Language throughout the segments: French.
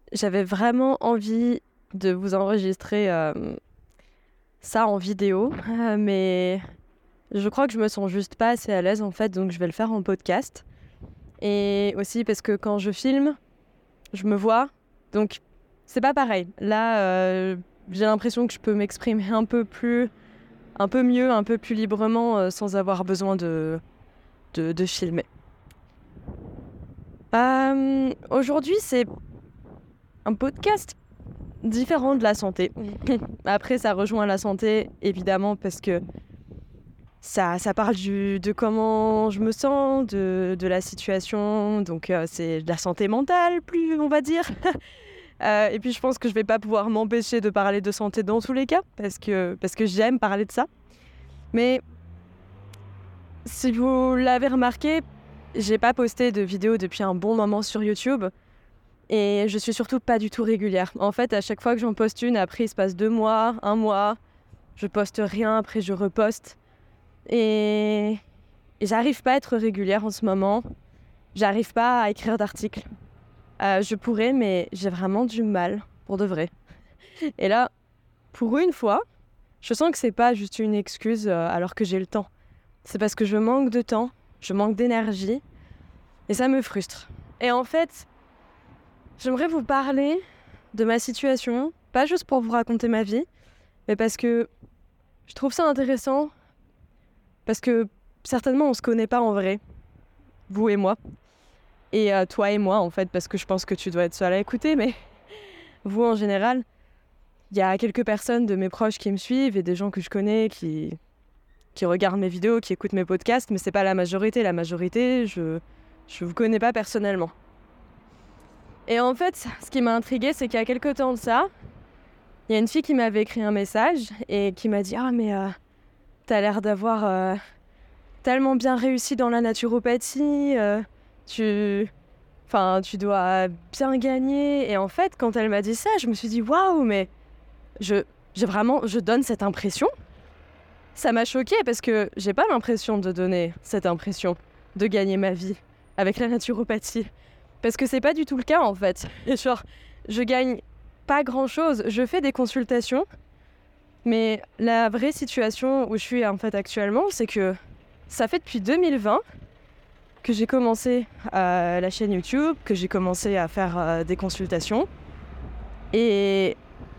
j'avais vraiment envie de vous enregistrer ça en vidéo, mais je crois que je me sens juste pas assez à l'aise en fait, donc je vais le faire en podcast. Et aussi parce que quand je filme, je me vois, donc c'est pas pareil. Là, j'ai l'impression que je peux m'exprimer un peu mieux, un peu plus librement, sans avoir besoin de filmer. Aujourd'hui, c'est un podcast différent de la santé. Après, ça rejoint la santé, évidemment, parce que ça parle de comment je me sens, de la situation. Donc, c'est de la santé mentale, plus, on va dire. Et puis, je pense que je vais pas pouvoir m'empêcher de parler de santé dans tous les cas, parce que j'aime parler de ça. Mais si vous l'avez remarqué, j'ai pas posté de vidéo depuis un bon moment sur YouTube. Et je suis surtout pas du tout régulière. En fait, à chaque fois que j'en poste une, après il se passe 2 mois, 1 mois, je poste rien, après je reposte. Et j'arrive pas à être régulière en ce moment. J'arrive pas à écrire d'articles. Je pourrais, mais j'ai vraiment du mal, pour de vrai. Et là, pour une fois, je sens que c'est pas juste une excuse alors que j'ai le temps. C'est parce que je manque de temps, je manque d'énergie, et ça me frustre. Et en fait, j'aimerais vous parler de ma situation, pas juste pour vous raconter ma vie, mais parce que je trouve ça intéressant, parce que certainement on se connaît pas en vrai, vous et moi, et toi et moi en fait, parce que je pense que tu dois être seule à écouter, mais vous en général, il y a quelques personnes de mes proches qui me suivent et des gens que je connais qui regardent mes vidéos, qui écoutent mes podcasts, mais c'est pas la majorité. La majorité, je vous connais pas personnellement. Et en fait, ce qui m'a intriguée, c'est qu'il y a quelques temps de ça, il y a une fille qui m'avait écrit un message et qui m'a dit « Ah, mais t'as l'air d'avoir tellement bien réussi dans la naturopathie, tu dois bien gagner. » Et en fait, quand elle m'a dit ça, je me suis dit « Waouh, mais je donne cette impression ?» Ça m'a choquée parce que j'ai pas l'impression de donner cette impression de gagner ma vie avec la naturopathie. Parce que c'est pas du tout le cas en fait. Genre, je gagne pas grand chose. Je fais des consultations, mais la vraie situation où je suis en fait actuellement, c'est que ça fait depuis 2020 que j'ai commencé la chaîne YouTube, que j'ai commencé à faire des consultations. Et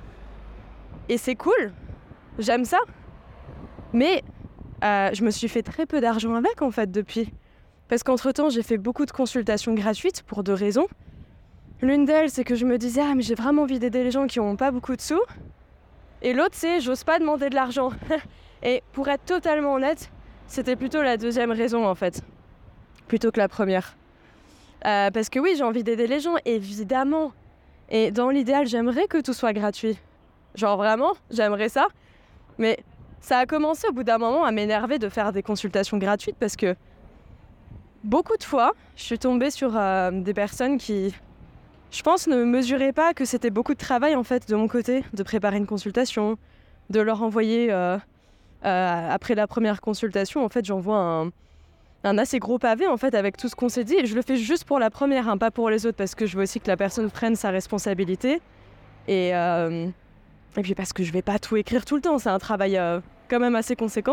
c'est cool. J'aime ça. Mais je me suis fait très peu d'argent avec en fait depuis. Parce qu'entre-temps, j'ai fait beaucoup de consultations gratuites pour 2 raisons. L'une d'elles, c'est que je me disais « Ah, mais j'ai vraiment envie d'aider les gens qui n'ont pas beaucoup de sous. » Et l'autre, c'est « J'ose pas demander de l'argent. » Et pour être totalement honnête, c'était plutôt la deuxième raison, en fait. Plutôt que la première. Parce que oui, j'ai envie d'aider les gens, évidemment. Et dans l'idéal, j'aimerais que tout soit gratuit. Genre vraiment, j'aimerais ça. Mais ça a commencé au bout d'un moment à m'énerver de faire des consultations gratuites parce que beaucoup de fois, je suis tombée sur des personnes qui, je pense, ne mesuraient pas que c'était beaucoup de travail en fait de mon côté, de préparer une consultation, de leur envoyer, après la première consultation, en fait, j'envoie un assez gros pavé en fait avec tout ce qu'on s'est dit. Et je le fais juste pour la première, hein, pas pour les autres, parce que je veux aussi que la personne prenne sa responsabilité. Et puis parce que je vais pas tout écrire tout le temps, c'est un travail quand même assez conséquent.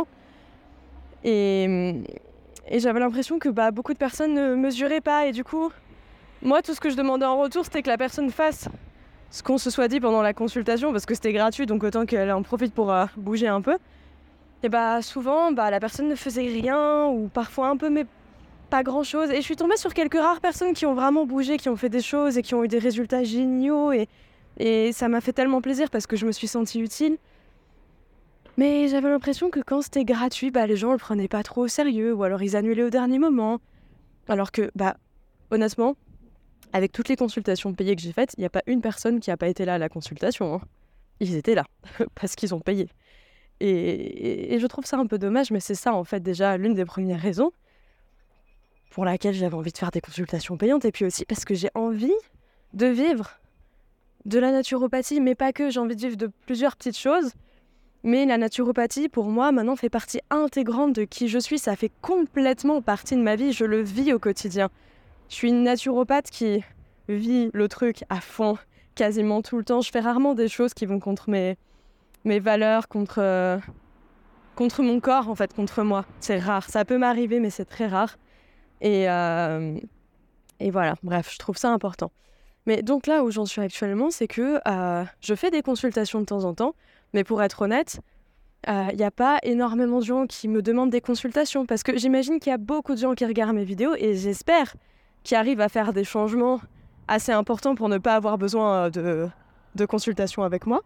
Et j'avais l'impression que beaucoup de personnes ne mesuraient pas. Et du coup, moi, tout ce que je demandais en retour, c'était que la personne fasse ce qu'on se soit dit pendant la consultation, parce que c'était gratuit, donc autant qu'elle en profite pour bouger un peu. Et souvent, la personne ne faisait rien, ou parfois un peu, mais pas grand-chose. Et je suis tombée sur quelques rares personnes qui ont vraiment bougé, qui ont fait des choses et qui ont eu des résultats géniaux. Et ça m'a fait tellement plaisir parce que je me suis sentie utile. Mais j'avais l'impression que quand c'était gratuit, les gens le prenaient pas trop au sérieux, ou alors ils annulaient au dernier moment. Alors que, honnêtement, avec toutes les consultations payées que j'ai faites, il n'y a pas une personne qui n'a pas été là à la consultation. Hein. Ils étaient là, parce qu'ils ont payé. Et je trouve ça un peu dommage, mais c'est ça en fait déjà l'une des premières raisons pour laquelle j'avais envie de faire des consultations payantes. Et puis aussi parce que j'ai envie de vivre de la naturopathie, mais pas que, j'ai envie de vivre de plusieurs petites choses. Mais la naturopathie, pour moi, maintenant, fait partie intégrante de qui je suis. Ça fait complètement partie de ma vie. Je le vis au quotidien. Je suis une naturopathe qui vit le truc à fond, quasiment tout le temps. Je fais rarement des choses qui vont contre mes valeurs, contre mon corps, en fait, contre moi. C'est rare. Ça peut m'arriver, mais c'est très rare. Et voilà, bref, je trouve ça important. Mais donc là où j'en suis actuellement, c'est que je fais des consultations de temps en temps, mais pour être honnête, il n'y a pas énormément de gens qui me demandent des consultations, parce que j'imagine qu'il y a beaucoup de gens qui regardent mes vidéos, et j'espère qu'ils arrivent à faire des changements assez importants pour ne pas avoir besoin de consultations avec moi.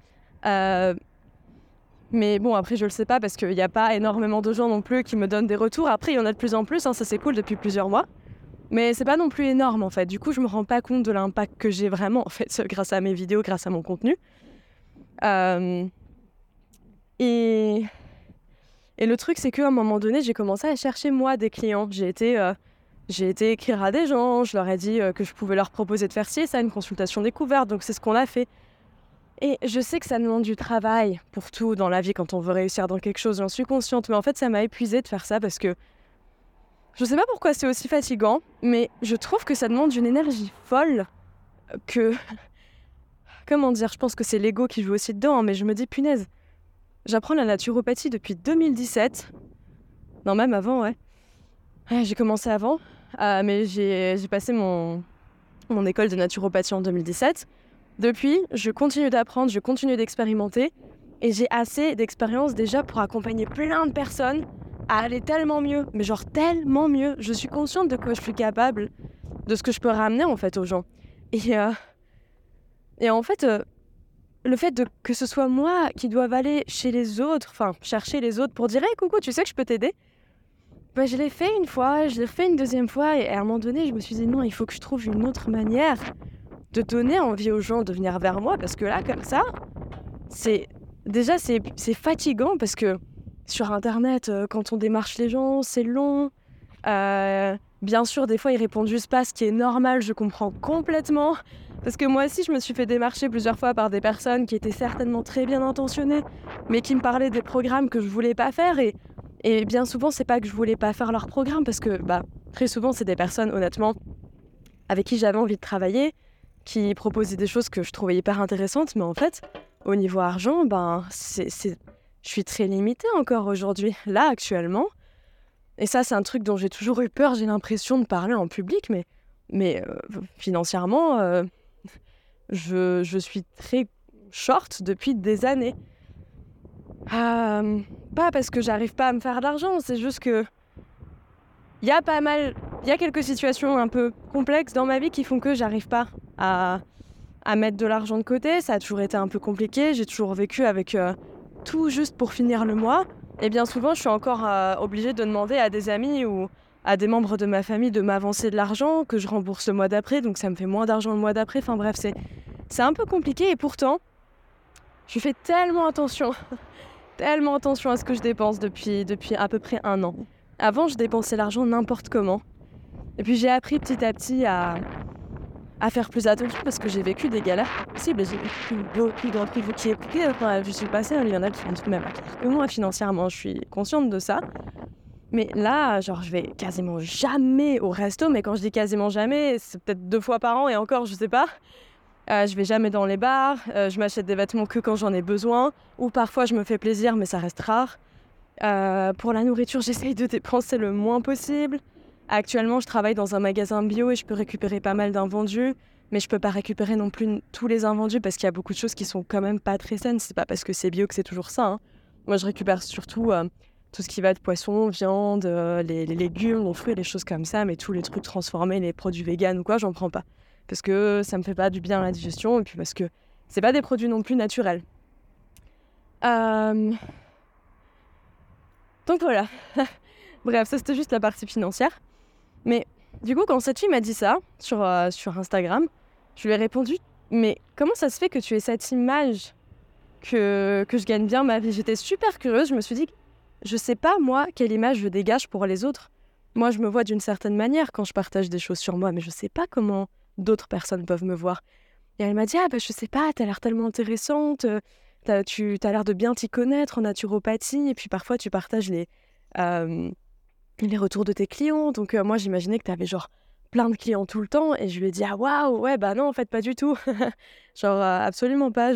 Mais bon, après, je le sais pas, parce qu'il n'y a pas énormément de gens non plus qui me donnent des retours. Après, il y en a de plus en plus, hein, ça c'est cool depuis plusieurs mois. Mais c'est pas non plus énorme, en fait. Du coup, je me rends pas compte de l'impact que j'ai vraiment, en fait, grâce à mes vidéos, grâce à mon contenu. Et le truc, c'est qu'à un moment donné, j'ai commencé à chercher, moi, des clients. J'ai été écrire à des gens, je leur ai dit que je pouvais leur proposer de faire ci et ça, une consultation découverte. Donc, c'est ce qu'on a fait. Et je sais que ça demande du travail pour tout dans la vie quand on veut réussir dans quelque chose, j'en suis consciente. Mais en fait, ça m'a épuisée de faire ça parce que je sais pas pourquoi c'est aussi fatigant, mais je trouve que ça demande une énergie folle que... Comment dire, je pense que c'est l'ego qui joue aussi dedans, hein, mais je me dis, punaise, j'apprends la naturopathie depuis 2017. Non, même avant, ouais. J'ai commencé avant, mais j'ai passé mon école de naturopathie en 2017. Depuis, je continue d'apprendre, je continue d'expérimenter, et j'ai assez d'expérience déjà pour accompagner plein de personnes à aller tellement mieux, mais genre tellement mieux. Je suis consciente de quoi je suis capable, de ce que je peux ramener en fait aux gens. Et en fait, le fait que ce soit moi qui doive aller chez les autres, enfin chercher les autres pour dire hey, coucou, tu sais que je peux t'aider. Bah, je l'ai fait une fois, je l'ai fait une deuxième fois, et à un moment donné, je me suis dit non, il faut que je trouve une autre manière de donner envie aux gens de venir vers moi, parce que là, comme ça, c'est fatigant, parce que sur Internet, quand on démarche les gens, c'est long. Bien sûr, des fois, ils répondent juste pas, ce qui est normal, je comprends complètement. Parce que moi aussi, je me suis fait démarcher plusieurs fois par des personnes qui étaient certainement très bien intentionnées, mais qui me parlaient des programmes que je voulais pas faire. Et bien souvent, c'est pas que je voulais pas faire leur programme, parce que très souvent, c'est des personnes, honnêtement, avec qui j'avais envie de travailler, qui proposaient des choses que je trouvais hyper intéressantes. Mais en fait, au niveau argent, je suis très limitée encore aujourd'hui, là, actuellement. Et ça, c'est un truc dont j'ai toujours eu peur, j'ai l'impression de parler en public, mais financièrement, je suis très short depuis des années. Pas parce que j'arrive pas à me faire d'argent, c'est juste que il y a quelques situations un peu complexes dans ma vie qui font que j'arrive pas à mettre de l'argent de côté. Ça a toujours été un peu compliqué, j'ai toujours vécu avec tout juste pour finir le mois. Et bien souvent, je suis encore obligée de demander à des amis ou à des membres de ma famille de m'avancer de l'argent que je rembourse le mois d'après, donc ça me fait moins d'argent le mois d'après. Enfin bref, c'est un peu compliqué, et pourtant, je fais tellement attention à ce que je dépense depuis à peu près 1 an. Avant, je dépensais l'argent n'importe comment. Et puis j'ai appris petit à petit à faire plus attention, parce que j'ai vécu des galères possibles, et j'ai vécu beaucoup d'entre vous qui écoutez. Enfin, je suis passée, il y en a qui sont même à pire que moi financièrement, je suis consciente de ça. Mais là, genre, je vais quasiment jamais au resto, mais quand je dis quasiment jamais, c'est peut-être 2 fois par an, et encore, je sais pas. Je vais jamais dans les bars, je m'achète des vêtements que quand j'en ai besoin, ou parfois je me fais plaisir, mais ça reste rare. Pour la nourriture, j'essaye de dépenser le moins possible. Actuellement, je travaille dans un magasin bio et je peux récupérer pas mal d'invendus, mais je peux pas récupérer non plus tous les invendus, parce qu'il y a beaucoup de choses qui sont quand même pas très saines. C'est pas parce que c'est bio que c'est toujours ça, hein. Moi, je récupère surtout tout ce qui va de poisson, viande, les légumes, les fruits, les choses comme ça, mais tous les trucs transformés, les produits véganes ou quoi, j'en prends pas. Parce que ça me fait pas du bien à la digestion, et puis parce que c'est pas des produits non plus naturels. Donc voilà. Bref, ça c'était juste la partie financière. Mais du coup, quand cette fille m'a dit ça sur Instagram, je lui ai répondu « Mais comment ça se fait que tu aies cette image que je gagne bien ma vie ?» J'étais super curieuse, je me suis dit « Je sais pas, moi, quelle image je dégage pour les autres. Moi, je me vois d'une certaine manière quand je partage des choses sur moi, mais je sais pas comment d'autres personnes peuvent me voir. » Et elle m'a dit « je sais pas, t'as l'air tellement intéressante, t'as l'air de bien t'y connaître en naturopathie, et puis parfois tu partages les retours de tes clients, donc moi j'imaginais que t'avais genre plein de clients tout le temps et je lui ai dit « Ah waouh, ouais, bah non, en fait, pas du tout. » Genre, absolument pas,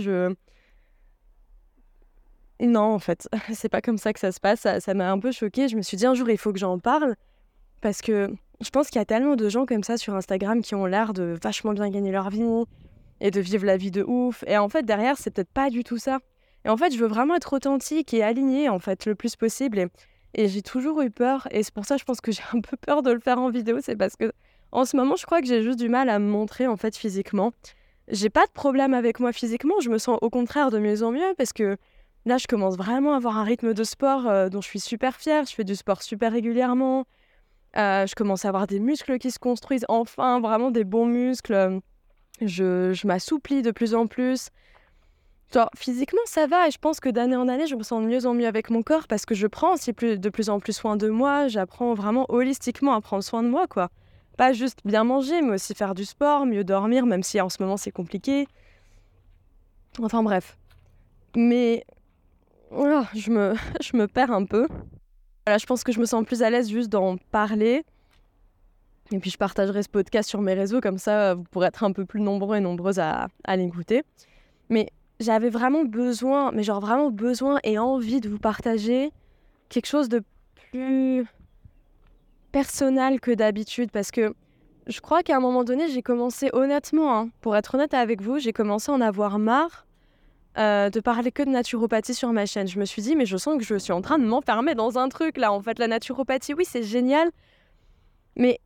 Non, en fait, c'est pas comme ça que ça se passe. Ça m'a un peu choquée. Je me suis dit un jour, il faut que j'en parle parce que je pense qu'il y a tellement de gens comme ça sur Instagram qui ont l'air de vachement bien gagner leur vie et de vivre la vie de ouf. Et en fait, derrière, c'est peut-être pas du tout ça. Et en fait, je veux vraiment être authentique et alignée, en fait, le plus possible. Et j'ai toujours eu peur. Et c'est pour ça, je pense que j'ai un peu peur de le faire en vidéo. C'est parce que, en ce moment, je crois que j'ai juste du mal à me montrer, en fait, physiquement. J'ai pas de problème avec moi physiquement. Je me sens au contraire de mieux en mieux parce que là, je commence vraiment à avoir un rythme de sport dont je suis super fière. Je fais du sport super régulièrement. Je commence à avoir des muscles qui se construisent. Enfin, vraiment des bons muscles. Je m'assouplis de plus en plus. Genre, physiquement, ça va et je pense que d'année en année, je me sens de mieux en mieux avec mon corps parce que je prends aussi de plus en plus soin de moi. J'apprends vraiment holistiquement à prendre soin de moi, quoi. Pas juste bien manger, mais aussi faire du sport, mieux dormir, même si en ce moment, c'est compliqué. Enfin, bref. Mais je me perds un peu. Voilà, je pense que je me sens plus à l'aise juste d'en parler. Et puis, je partagerai ce podcast sur mes réseaux, comme ça, vous pourrez être un peu plus nombreux et nombreuses à l'écouter. Mais j'avais vraiment besoin, mais genre vraiment besoin et envie de vous partager quelque chose de plus personnel que d'habitude parce que je crois qu'à un moment donné, j'ai commencé honnêtement, pour être honnête avec vous, j'ai commencé à en avoir marre de parler que de naturopathie sur ma chaîne. Je me suis dit, mais je sens que je suis en train de m'enfermer dans un truc là. En fait, la naturopathie, oui, c'est génial, mais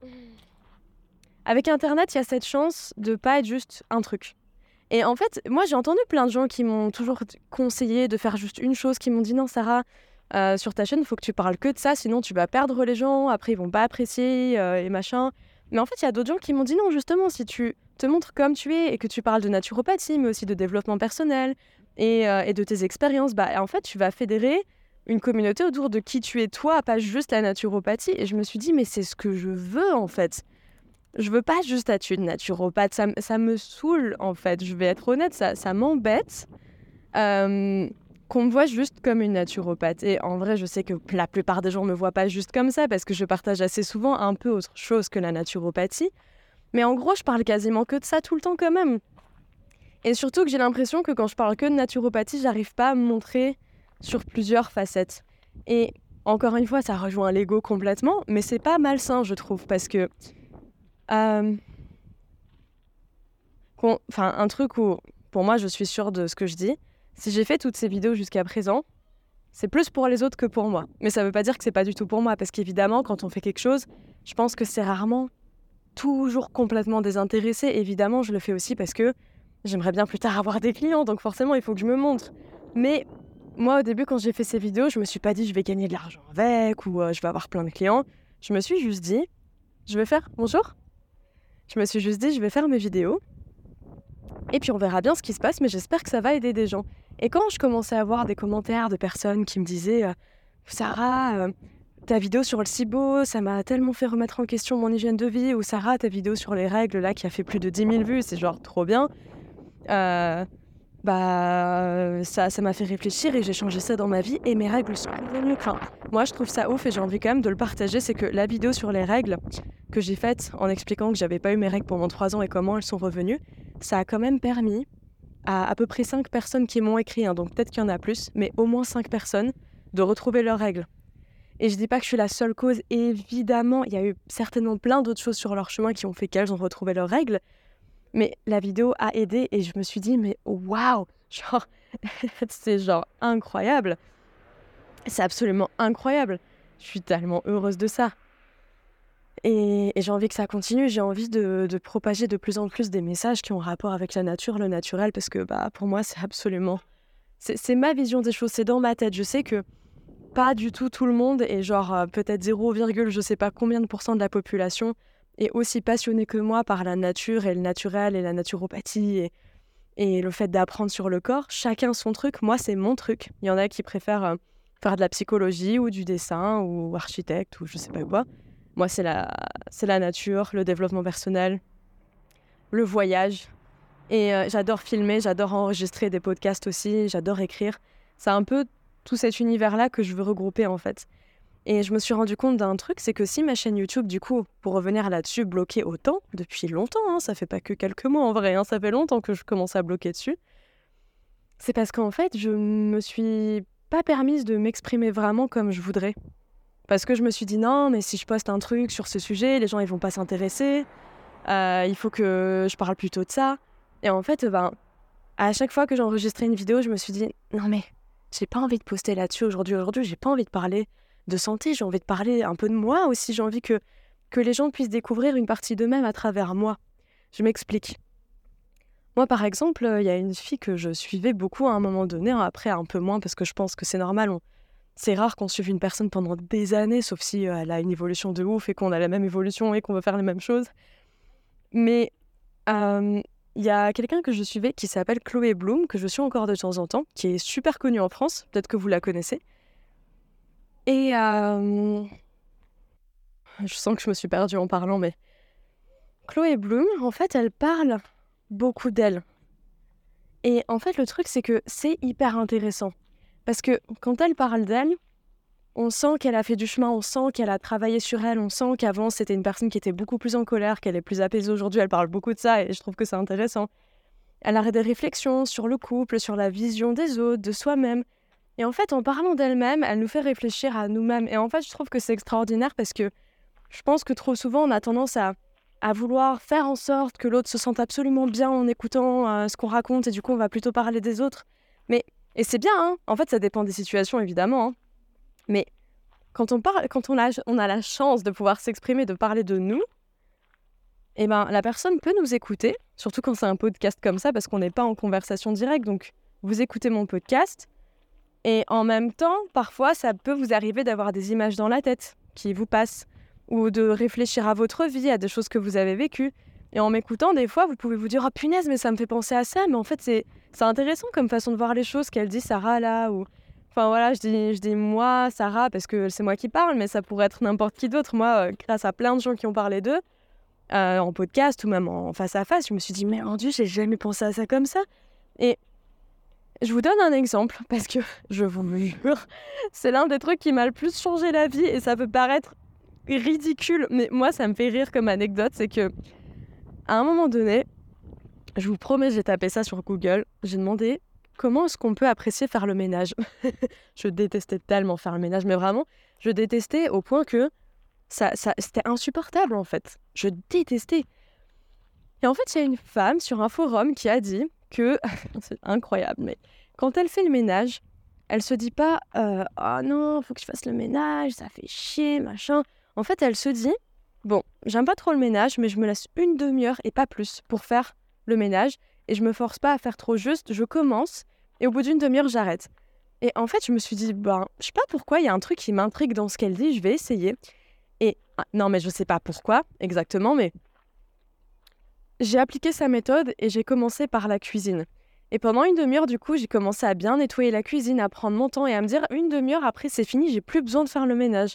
avec Internet, il y a cette chance de pas être juste un truc. Et en fait, moi, j'ai entendu plein de gens qui m'ont toujours conseillé de faire juste une chose, qui m'ont dit « Non, Sarah, sur ta chaîne, il faut que tu parles que de ça, sinon tu vas perdre les gens, après ils vont pas apprécier et machin. » Mais en fait, il y a d'autres gens qui m'ont dit « Non, justement, si tu te montres comme tu es et que tu parles de naturopathie, mais aussi de développement personnel et de tes expériences, bah en fait, tu vas fédérer une communauté autour de qui tu es toi, pas juste la naturopathie. » Et je me suis dit « Mais c'est ce que je veux, en fait. » Je veux pas juste être une naturopathe, ça me saoule en fait, je vais être honnête, ça m'embête qu'on me voit juste comme une naturopathe. Et en vrai, je sais que la plupart des gens me voient pas juste comme ça parce que je partage assez souvent un peu autre chose que la naturopathie. Mais en gros, je parle quasiment que de ça tout le temps quand même. Et surtout que j'ai l'impression que quand je parle que de naturopathie, j'arrive pas à me montrer sur plusieurs facettes. Et encore une fois, ça rejoint l'ego complètement, mais c'est pas malsain, je trouve, parce que un truc où, pour moi, je suis sûre de ce que je dis. Si j'ai fait toutes ces vidéos jusqu'à présent, c'est plus pour les autres que pour moi. Mais ça veut pas dire que c'est pas du tout pour moi, parce qu'évidemment, quand on fait quelque chose, je pense que c'est rarement toujours complètement désintéressé. Évidemment, je le fais aussi parce que j'aimerais bien plus tard avoir des clients, donc forcément, il faut que je me montre. Mais moi, au début, quand j'ai fait ces vidéos, je me suis pas dit je vais gagner de l'argent avec ou je vais avoir plein de clients. Je me suis juste dit, je vais faire... Bonjour. Je me suis juste dit, je vais faire mes vidéos et puis on verra bien ce qui se passe, mais j'espère que ça va aider des gens. Et quand je commençais à avoir des commentaires de personnes qui me disaient « Sarah, ta vidéo sur le SIBO, ça m'a tellement fait remettre en question mon hygiène de vie » ou « Sarah, ta vidéo sur les règles là qui a fait plus de 10 000 vues, c'est genre trop bien. » Ça m'a fait réfléchir et j'ai changé ça dans ma vie et mes règles sont revenues. Enfin, moi, je trouve ça ouf et j'ai envie quand même de le partager. C'est que la vidéo sur les règles que j'ai faite en expliquant que j'avais pas eu mes règles pendant 3 ans et comment elles sont revenues, ça a quand même permis à peu près 5 personnes qui m'ont écrit, donc peut-être qu'il y en a plus, mais au moins 5 personnes, de retrouver leurs règles. Et je dis pas que je suis la seule cause, évidemment, il y a eu certainement plein d'autres choses sur leur chemin qui ont fait qu'elles ont retrouvé leurs règles. Mais la vidéo a aidé et je me suis dit, mais waouh, genre, c'est genre incroyable. C'est absolument incroyable. Je suis tellement heureuse de ça. Et j'ai envie que ça continue, j'ai envie de propager de plus en plus des messages qui ont rapport avec la nature, le naturel, parce que pour moi, c'est absolument... C'est ma vision des choses, c'est dans ma tête. Je sais que pas du tout le monde, et genre peut-être 0, je sais pas combien de pourcents de la population est aussi passionné que moi par la nature et le naturel et la naturopathie et le fait d'apprendre sur le corps. Chacun son truc, moi c'est mon truc. Il y en a qui préfèrent faire de la psychologie ou du dessin ou architecte ou je sais pas quoi. Moi c'est la nature, le développement personnel, le voyage. Et j'adore filmer, j'adore enregistrer des podcasts aussi, j'adore écrire. C'est un peu tout cet univers-là que je veux regrouper en fait. Et je me suis rendu compte d'un truc, c'est que si ma chaîne YouTube, du coup, pour revenir là-dessus, bloquée autant, depuis longtemps, hein, ça fait pas que quelques mois en vrai, hein, ça fait longtemps que je commence à bloquer dessus, c'est parce qu'en fait, je me suis pas permise de m'exprimer vraiment comme je voudrais. Parce que je me suis dit non, mais si je poste un truc sur ce sujet, les gens ils vont pas s'intéresser, il faut que je parle plutôt de ça. Et en fait, à chaque fois que j'enregistrais une vidéo, je me suis dit non mais j'ai pas envie de poster là-dessus aujourd'hui, j'ai pas envie de parler de santé, j'ai envie de parler un peu de moi aussi, j'ai envie que les gens puissent découvrir une partie d'eux-mêmes à travers moi. Je m'explique. Moi, par exemple, il y a une fille que je suivais beaucoup à un moment donné, hein, après un peu moins parce que je pense que c'est normal, c'est rare qu'on suive une personne pendant des années, sauf si elle a une évolution de ouf et qu'on a la même évolution et qu'on veut faire les mêmes choses. Mais il y a quelqu'un que je suivais qui s'appelle Chloé Bloom, que je suis encore de temps en temps, qui est super connue en France, peut-être que vous la connaissez. Et je sens que je me suis perdue en parlant, mais Chloé Bloom, en fait, elle parle beaucoup d'elle. Et en fait, le truc, c'est que c'est hyper intéressant. Parce que quand elle parle d'elle, on sent qu'elle a fait du chemin, on sent qu'elle a travaillé sur elle, on sent qu'avant, c'était une personne qui était beaucoup plus en colère, qu'elle est plus apaisée aujourd'hui, elle parle beaucoup de ça et je trouve que c'est intéressant. Elle a des réflexions sur le couple, sur la vision des autres, de soi-même. Et en fait, en parlant d'elle-même, elle nous fait réfléchir à nous-mêmes. Et en fait, je trouve que c'est extraordinaire parce que je pense que trop souvent, on a tendance à vouloir faire en sorte que l'autre se sente absolument bien en écoutant ce qu'on raconte et du coup, on va plutôt parler des autres. Et c'est bien, hein. En fait, ça dépend des situations, évidemment, hein. Mais quand on a la chance de pouvoir s'exprimer, de parler de nous, eh ben, la personne peut nous écouter, surtout quand c'est un podcast comme ça, parce qu'on n'est pas en conversation directe. Donc, vous écoutez mon podcast, et en même temps, parfois, ça peut vous arriver d'avoir des images dans la tête qui vous passent, ou de réfléchir à votre vie, à des choses que vous avez vécues. Et en m'écoutant, des fois, vous pouvez vous dire « Oh punaise, mais ça me fait penser à ça !» Mais en fait, c'est intéressant comme façon de voir les choses qu'elle dit, Sarah, là, ou... Enfin voilà, je dis moi, Sarah, parce que c'est moi qui parle, mais ça pourrait être n'importe qui d'autre. Moi, grâce à plein de gens qui ont parlé d'eux, en podcast ou même en face à face, je me suis dit, mais mon Dieu, j'ai jamais pensé à ça comme ça. Et je vous donne un exemple, parce que je vous le jure, c'est l'un des trucs qui m'a le plus changé la vie, et ça peut paraître ridicule, mais moi, ça me fait rire comme anecdote, c'est que à un moment donné, je vous promets, j'ai tapé ça sur Google, j'ai demandé comment est-ce qu'on peut apprécier faire le ménage. Je détestais tellement faire le ménage, mais vraiment, je détestais au point que ça c'était insupportable en fait. Je détestais. Et en fait, il y a une femme sur un forum qui a dit que, c'est incroyable, mais quand elle fait le ménage, elle se dit pas « Oh non, faut que je fasse le ménage, ça fait chier, machin ». En fait, elle se dit « Bon, j'aime pas trop le ménage, mais je me laisse une demi-heure et pas plus pour faire le ménage. Et je me force pas à faire trop juste, je commence et au bout d'une demi-heure, j'arrête. » Et en fait, je me suis dit, je sais pas pourquoi, il y a un truc qui m'intrigue dans ce qu'elle dit, je vais essayer. Et non, mais je sais pas pourquoi exactement, mais j'ai appliqué sa méthode et j'ai commencé par la cuisine. Et pendant une demi-heure, du coup, j'ai commencé à bien nettoyer la cuisine, à prendre mon temps et à me dire, une demi-heure après, c'est fini, j'ai plus besoin de faire le ménage.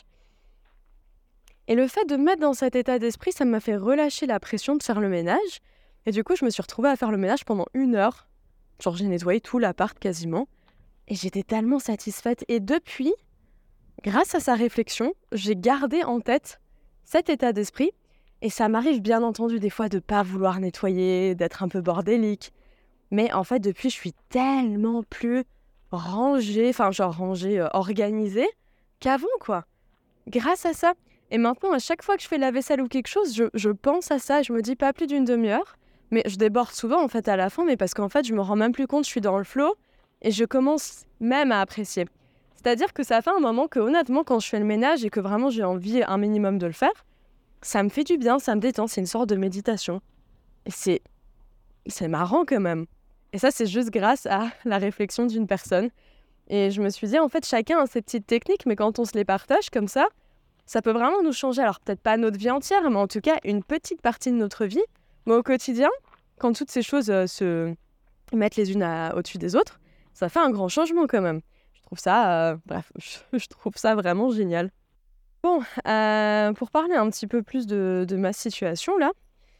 Et le fait de me mettre dans cet état d'esprit, ça m'a fait relâcher la pression de faire le ménage. Et du coup, je me suis retrouvée à faire le ménage pendant 1 heure. Genre, j'ai nettoyé tout l'appart quasiment. Et j'étais tellement satisfaite. Et depuis, grâce à sa réflexion, j'ai gardé en tête cet état d'esprit. Et ça m'arrive bien entendu des fois de pas vouloir nettoyer, d'être un peu bordélique. Mais en fait, depuis, je suis tellement plus rangée, organisée qu'avant, quoi. Grâce à ça. Et maintenant, à chaque fois que je fais la vaisselle ou quelque chose, je pense à ça. Je me dis pas plus d'une demi-heure. Mais je déborde souvent, en fait, à la fin. Mais parce qu'en fait, je me rends même plus compte, je suis dans le flow. Et je commence même à apprécier. C'est-à-dire que ça fait un moment que, honnêtement, quand je fais le ménage et que vraiment j'ai envie un minimum de le faire, ça me fait du bien, ça me détend. C'est une sorte de méditation. Et c'est marrant quand même. Et ça, c'est juste grâce à la réflexion d'une personne. Et je me suis dit, en fait, chacun a ses petites techniques, mais quand on se les partage comme ça peut vraiment nous changer. Alors peut-être pas notre vie entière, mais en tout cas, une petite partie de notre vie. Mais au quotidien, quand toutes ces choses se mettent les unes au-dessus des autres, ça fait un grand changement quand même. Je trouve ça, je trouve ça vraiment génial. Bon, pour parler un petit peu plus de ma situation là,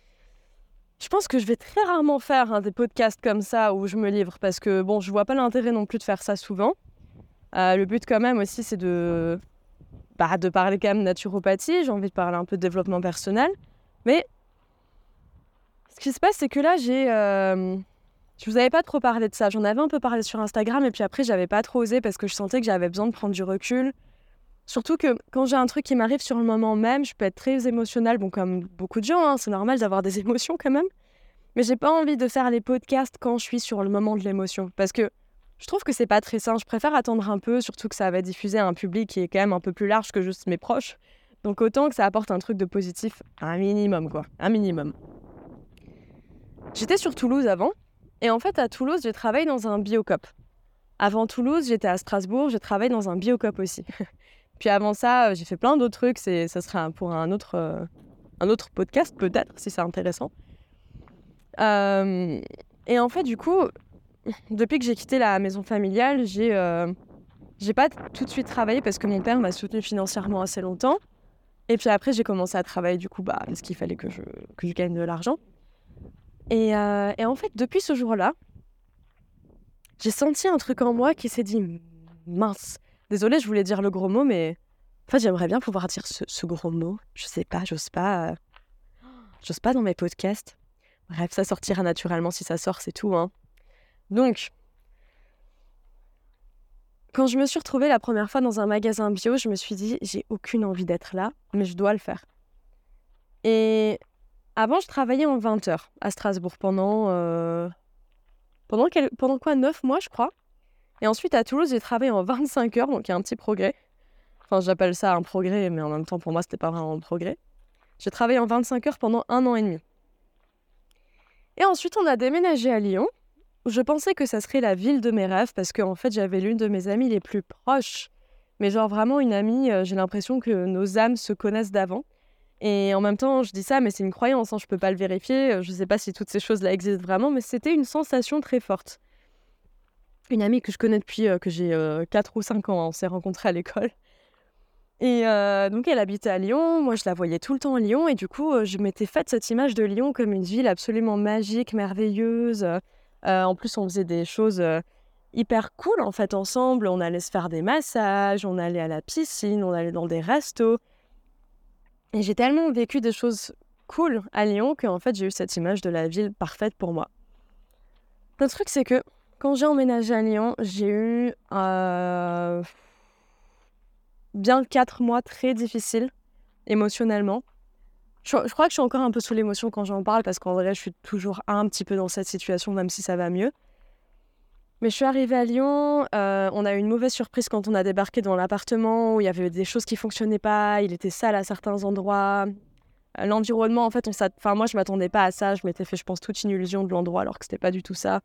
je pense que je vais très rarement faire des podcasts comme ça où je me livre parce que je vois pas l'intérêt non plus de faire ça souvent. Le but quand même aussi c'est de de parler quand même naturopathie, j'ai envie de parler un peu de développement personnel. Mais ce qui se passe, c'est que là, je vous avais pas trop parlé de ça. J'en avais un peu parlé sur Instagram et puis après, j'avais pas trop osé parce que je sentais que j'avais besoin de prendre du recul. Surtout que quand j'ai un truc qui m'arrive sur le moment même, je peux être très émotionnelle. Bon, comme beaucoup de gens, hein, c'est normal d'avoir des émotions quand même. Mais j'ai pas envie de faire les podcasts quand je suis sur le moment de l'émotion. Parce que je trouve que c'est pas très sain. Je préfère attendre un peu, surtout que ça va diffuser à un public qui est quand même un peu plus large que juste mes proches. Donc autant que ça apporte un truc de positif, un minimum quoi. Un minimum. J'étais sur Toulouse avant. Et en fait, à Toulouse, j'ai travaillé dans un Biocop. Avant Toulouse, j'étais à Strasbourg, j'ai travaillé dans un Biocop aussi. Puis avant ça, j'ai fait plein d'autres trucs. Ça serait pour un autre podcast, peut-être, si c'est intéressant. Et en fait, du coup, depuis que j'ai quitté la maison familiale, j'ai pas tout de suite travaillé parce que mon père m'a soutenu financièrement assez longtemps. Et puis après, j'ai commencé à travailler, du coup, parce qu'il fallait que je gagne de l'argent. Et en fait, depuis ce jour-là, j'ai senti un truc en moi qui s'est dit mince. Désolée, je voulais dire le gros mot, mais en fait, j'aimerais bien pouvoir dire ce gros mot. Je sais pas, j'ose pas dans mes podcasts. Bref, ça sortira naturellement si ça sort, c'est tout, hein. Donc, quand je me suis retrouvée la première fois dans un magasin bio, je me suis dit, j'ai aucune envie d'être là, mais je dois le faire. Et avant, je travaillais en 20 heures à Strasbourg pendant 9 mois, je crois. Et ensuite, à Toulouse, j'ai travaillé en 25 heures, donc il y a un petit progrès. Enfin, j'appelle ça un progrès, mais en même temps, pour moi, c'était pas vraiment un progrès. J'ai travaillé en 25 heures pendant 1 an et demi. Et ensuite, on a déménagé à Lyon, où je pensais que ça serait la ville de mes rêves, parce qu'en fait, j'avais l'une de mes amies les plus proches. Mais genre vraiment une amie, j'ai l'impression que nos âmes se connaissent d'avant. Et en même temps, je dis ça, mais c'est une croyance, hein, je peux pas le vérifier. Je sais pas si toutes ces choses-là existent vraiment, mais c'était une sensation très forte. Une amie que je connais depuis que j'ai 4 ou 5 ans, hein, on s'est rencontrés à l'école. Et donc elle habitait à Lyon, moi je la voyais tout le temps à Lyon, et du coup je m'étais faite cette image de Lyon comme une ville absolument magique, merveilleuse. En plus on faisait des choses hyper cool en fait ensemble, on allait se faire des massages, on allait à la piscine, on allait dans des restos. Et j'ai tellement vécu des choses cool à Lyon qu'en fait j'ai eu cette image de la ville parfaite pour moi. Le truc c'est que quand j'ai emménagé à Lyon, j'ai eu bien 4 mois très difficiles émotionnellement. Je crois que je suis encore un peu sous l'émotion quand j'en parle parce qu'en vrai, je suis toujours un petit peu dans cette situation, même si ça va mieux. Mais je suis arrivée à Lyon, on a eu une mauvaise surprise quand on a débarqué dans l'appartement où il y avait des choses qui fonctionnaient pas, il était sale à certains endroits. L'environnement, en fait, moi, je m'attendais pas à ça. Je m'étais fait, je pense, toute une illusion de l'endroit alors que c'était pas du tout ça.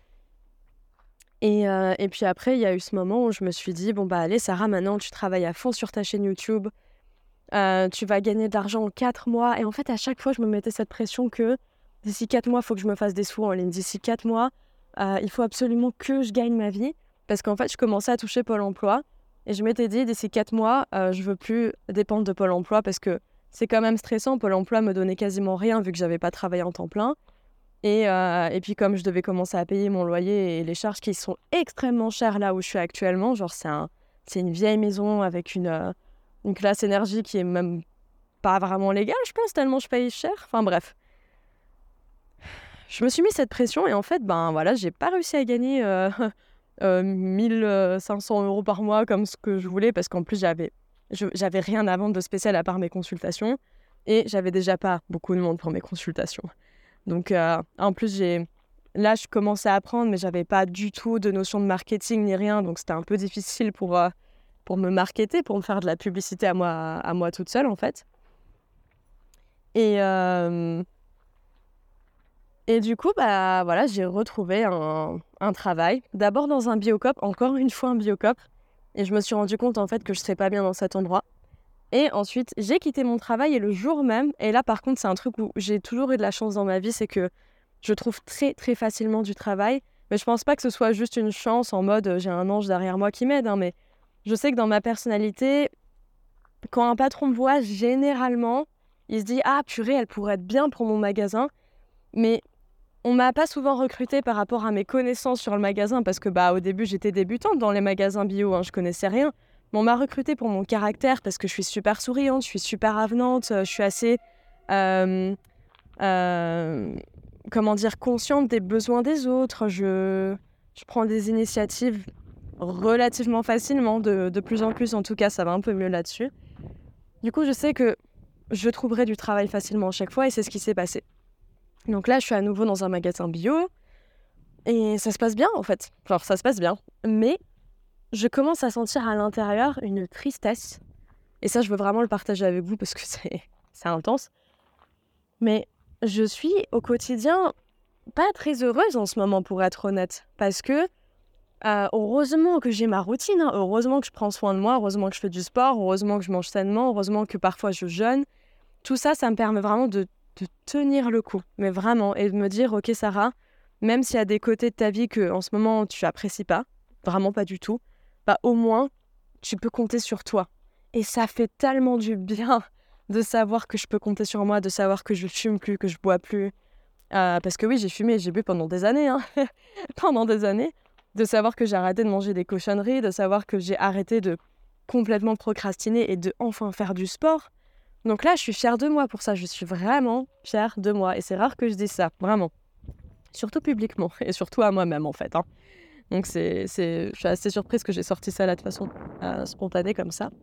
Et puis après, il y a eu ce moment où je me suis dit, bon bah allez Sarah, maintenant tu travailles à fond sur ta chaîne YouTube, tu vas gagner de l'argent en 4 mois. Et en fait, à chaque fois, je me mettais cette pression que d'ici 4 mois, il faut que je me fasse des sous en ligne. D'ici 4 mois, il faut absolument que je gagne ma vie. Parce qu'en fait, je commençais à toucher Pôle emploi. Et je m'étais dit, d'ici 4 mois, je veux plus dépendre de Pôle emploi parce que c'est quand même stressant. Pôle emploi me donnait quasiment rien vu que j'avais pas travaillé en temps plein. Et puis comme je devais commencer à payer mon loyer et les charges qui sont extrêmement chères là où je suis actuellement, genre c'est une vieille maison avec une classe énergie qui est même pas vraiment légale, je pense, tellement je paye cher. Enfin bref. Je me suis mis cette pression et en fait, ben voilà, j'ai pas réussi à gagner 1500 € par mois comme ce que je voulais parce qu'en plus j'avais rien à vendre de spécial à part mes consultations et j'avais déjà pas beaucoup de monde pour mes consultations. Donc, en plus, là, je commençais à apprendre, mais j'avais pas du tout de notion de marketing ni rien. Donc, c'était un peu difficile pour me marketer, pour me faire de la publicité à moi toute seule, en fait. Et du coup, bah, voilà, j'ai retrouvé un travail. D'abord dans un Biocop, encore une fois un Biocop. Et je me suis rendu compte, en fait, que je serais pas bien dans cet endroit. Et ensuite, j'ai quitté mon travail et le jour même, et là par contre c'est un truc où j'ai toujours eu de la chance dans ma vie, c'est que je trouve très très facilement du travail. Mais je pense pas que ce soit juste une chance en mode j'ai un ange derrière moi qui m'aide, hein, mais je sais que dans ma personnalité, quand un patron me voit, généralement, il se dit « Ah purée, elle pourrait être bien pour mon magasin ». Mais on m'a pas souvent recrutée par rapport à mes connaissances sur le magasin parce que au début j'étais débutante dans les magasins bio, hein, je connaissais rien. on m'a recrutée pour mon caractère parce que je suis super souriante, je suis super avenante, je suis assez, consciente des besoins des autres. Je prends des initiatives relativement facilement, de plus en plus, en tout cas, ça va un peu mieux là-dessus. Du coup, je sais que je trouverai du travail facilement à chaque fois et c'est ce qui s'est passé. Donc là, je suis à nouveau dans un magasin bio et ça se passe bien en fait. Genre, ça se passe bien. Mais je commence à sentir à l'intérieur une tristesse. Et ça, je veux vraiment le partager avec vous parce que c'est intense. Mais je suis au quotidien pas très heureuse en ce moment, pour être honnête. Parce que heureusement que j'ai ma routine, hein. Heureusement que je prends soin de moi, heureusement que je fais du sport, heureusement que je mange sainement, heureusement que parfois je jeûne. Tout ça, ça me permet vraiment de tenir le coup, mais vraiment, et de me dire, ok Sarah, même s'il y a des côtés de ta vie que en ce moment tu apprécies pas, vraiment pas du tout, bah au moins tu peux compter sur toi. Et ça fait tellement du bien de savoir que je peux compter sur moi, de savoir que je fume plus, que je bois plus. Parce que oui, j'ai fumé, j'ai bu pendant des années, hein. Pendant des années. De savoir que j'ai arrêté de manger des cochonneries, de savoir que j'ai arrêté de complètement procrastiner et de enfin faire du sport. Donc là, je suis fière de moi pour ça. Je suis vraiment fière de moi. Et c'est rare que je dise ça, vraiment. Surtout publiquement. Et surtout à moi-même, en fait. Hein. Donc je suis assez surprise que j'ai sorti ça là de façon spontanée comme ça.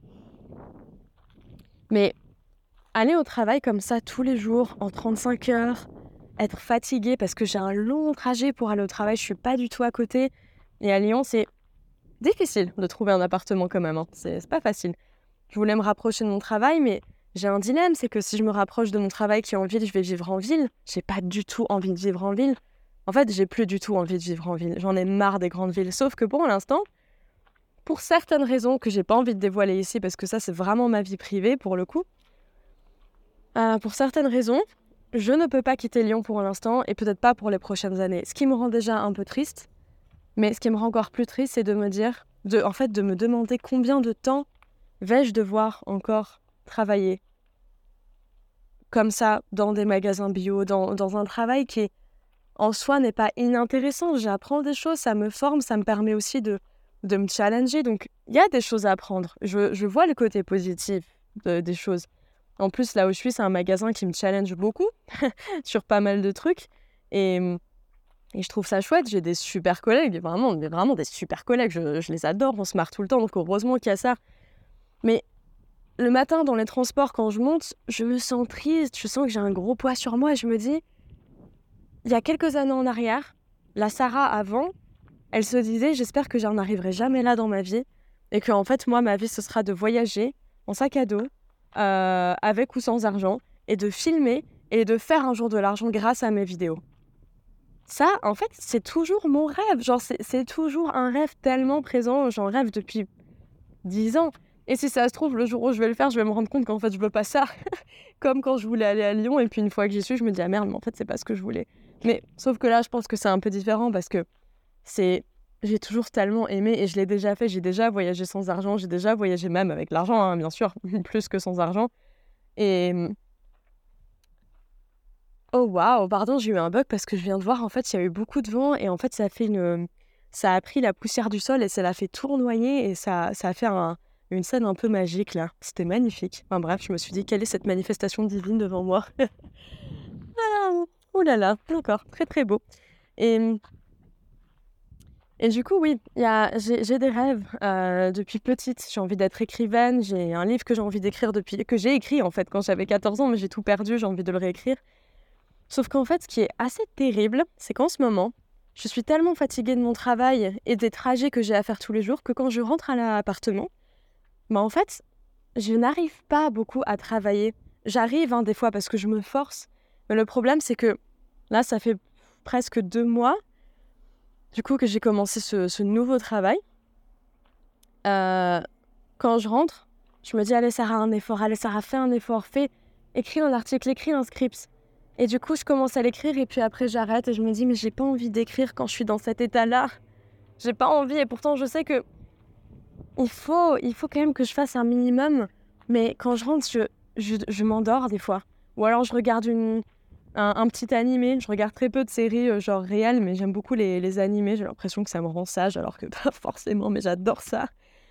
Mais aller au travail comme ça tous les jours, en 35 heures, être fatiguée parce que j'ai un long trajet pour aller au travail, je suis pas du tout à côté. Et à Lyon, c'est difficile de trouver un appartement quand même. Hein. C'est pas facile. Je voulais me rapprocher de mon travail, mais j'ai un dilemme, c'est que si je me rapproche de mon travail qui est en ville, je vais vivre en ville. J'ai pas du tout envie de vivre en ville. En fait, j'ai plus du tout envie de vivre en ville. J'en ai marre des grandes villes. Sauf que pour l'instant, pour certaines raisons que j'ai pas envie de dévoiler ici, parce que ça, c'est vraiment ma vie privée pour le coup. Pour certaines raisons, je ne peux pas quitter Lyon pour l'instant et peut-être pas pour les prochaines années. Ce qui me rend déjà un peu triste. Mais ce qui me rend encore plus triste, c'est de me dire, de me demander combien de temps vais-je devoir encore travailler comme ça dans des magasins bio, dans un travail qui en soi n'est pas inintéressant. J'apprends des choses, ça me forme, ça me permet aussi de me challenger. Donc il y a des choses à apprendre. Je vois le côté positif des choses. En plus, là où je suis, c'est un magasin qui me challenge beaucoup sur pas mal de trucs. Et je trouve ça chouette, j'ai des super collègues, vraiment des super collègues, je les adore, on se marre tout le temps, donc heureusement qu'il y a ça. Mais le matin, dans les transports, quand je monte, je me sens triste, je sens que j'ai un gros poids sur moi, et je me dis, il y a quelques années en arrière, la Sarah avant, elle se disait, j'espère que j'en arriverai jamais là dans ma vie, et que en fait, moi, ma vie, ce sera de voyager en sac à dos, avec ou sans argent, et de filmer, et de faire un jour de l'argent grâce à mes vidéos. Ça, en fait, c'est toujours mon rêve. Genre, c'est toujours un rêve tellement présent. J'en rêve depuis 10 ans. Et si ça se trouve, le jour où je vais le faire, je vais me rendre compte qu'en fait, je veux pas ça. Comme quand je voulais aller à Lyon. Et puis, une fois que j'y suis, je me dis, ah merde, mais en fait, c'est pas ce que je voulais. Mais sauf que là, je pense que c'est un peu différent parce que j'ai toujours tellement aimé et je l'ai déjà fait. J'ai déjà voyagé sans argent. J'ai déjà voyagé même avec l'argent, hein, bien sûr, plus que sans argent. Et oh waouh, pardon, j'ai eu un bug parce que je viens de voir, en fait, il y a eu beaucoup de vent et en fait, ça a pris la poussière du sol et ça l'a fait tournoyer et ça a fait une scène un peu magique là. C'était magnifique. Enfin bref, je me suis dit, quelle est cette manifestation divine devant moi? Ah, oh là là, d'accord, très très beau. Et du coup, oui, j'ai des rêves depuis petite. J'ai envie d'être écrivaine. J'ai un livre que j'ai envie d'écrire que j'ai écrit en fait quand j'avais 14 ans, mais j'ai tout perdu, j'ai envie de le réécrire. Sauf qu'en fait, ce qui est assez terrible, c'est qu'en ce moment, je suis tellement fatiguée de mon travail et des trajets que j'ai à faire tous les jours que quand je rentre à l'appartement, bah en fait, je n'arrive pas beaucoup à travailler. J'arrive des fois parce que je me force, mais le problème c'est que là, ça fait presque 2 mois du coup que j'ai commencé ce nouveau travail. Quand je rentre, je me dis, allez Sarah, un effort, allez Sarah, fais un effort, écris un article, écris un script. Et du coup, je commence à l'écrire et puis après, j'arrête et je me dis, mais j'ai pas envie d'écrire quand je suis dans cet état-là. J'ai pas envie et pourtant, je sais que il faut quand même que je fasse un minimum. Mais quand je rentre, je m'endors des fois. Ou alors, je regarde un petit animé. Je regarde très peu de séries genre réelles, mais j'aime beaucoup les animés. J'ai l'impression que ça me rend sage alors que pas forcément, mais j'adore ça.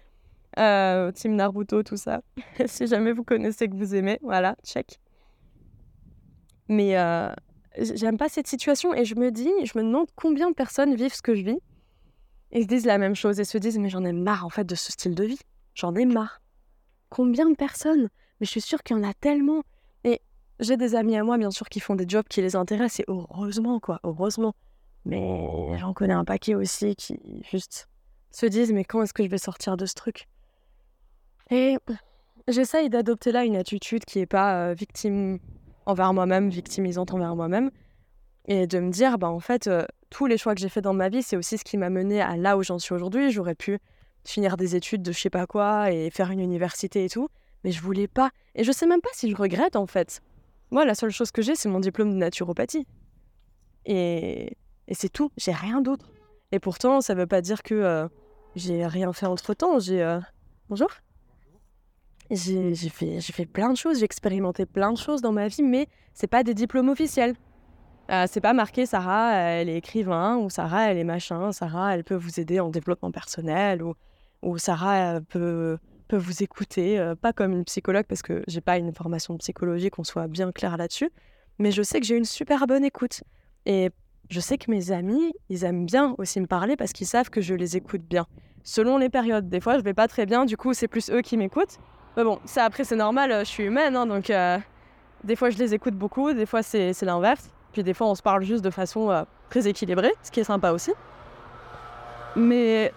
Team Naruto, tout ça. Si jamais vous connaissez, que vous aimez, voilà, check. Mais j'aime pas cette situation et je me demande combien de personnes vivent ce que je vis et se disent la même chose et se disent mais j'en ai marre en fait de ce style de vie. J'en ai marre. Combien de personnes? Mais je suis sûre qu'il y en a tellement. Et j'ai des amis à moi, bien sûr, qui font des jobs qui les intéressent et heureusement, quoi, heureusement. Mais j'en connais un paquet aussi qui juste se disent mais quand est-ce que je vais sortir de ce truc? Et j'essaye d'adopter là une attitude qui est pas victime envers moi-même, victimisante envers moi-même, et de me dire, en fait, tous les choix que j'ai faits dans ma vie, c'est aussi ce qui m'a mené à là où j'en suis aujourd'hui. J'aurais pu finir des études de je sais pas quoi et faire une université et tout, mais je voulais pas. Et je sais même pas si je regrette, en fait. Moi, la seule chose que j'ai, c'est mon diplôme de naturopathie. Et c'est tout, j'ai rien d'autre. Et pourtant, ça veut pas dire que j'ai rien fait entre-temps. Bonjour. J'ai fait plein de choses, j'ai expérimenté plein de choses dans ma vie, mais c'est pas des diplômes officiels. C'est pas marqué Sarah, elle est écrivain, ou Sarah, elle est machin, Sarah, elle peut vous aider en développement personnel, ou Sarah peut vous écouter, pas comme une psychologue, parce que j'ai pas une formation de psychologie, qu'on soit bien clair là-dessus, mais je sais que j'ai une super bonne écoute. Et je sais que mes amis, ils aiment bien aussi me parler parce qu'ils savent que je les écoute bien. Selon les périodes, des fois je vais pas très bien, du coup c'est plus eux qui m'écoutent. Mais bon, ça après c'est normal, je suis humaine, hein, donc des fois je les écoute beaucoup, des fois c'est l'inverse. Puis des fois on se parle juste de façon très équilibrée, ce qui est sympa aussi. Mais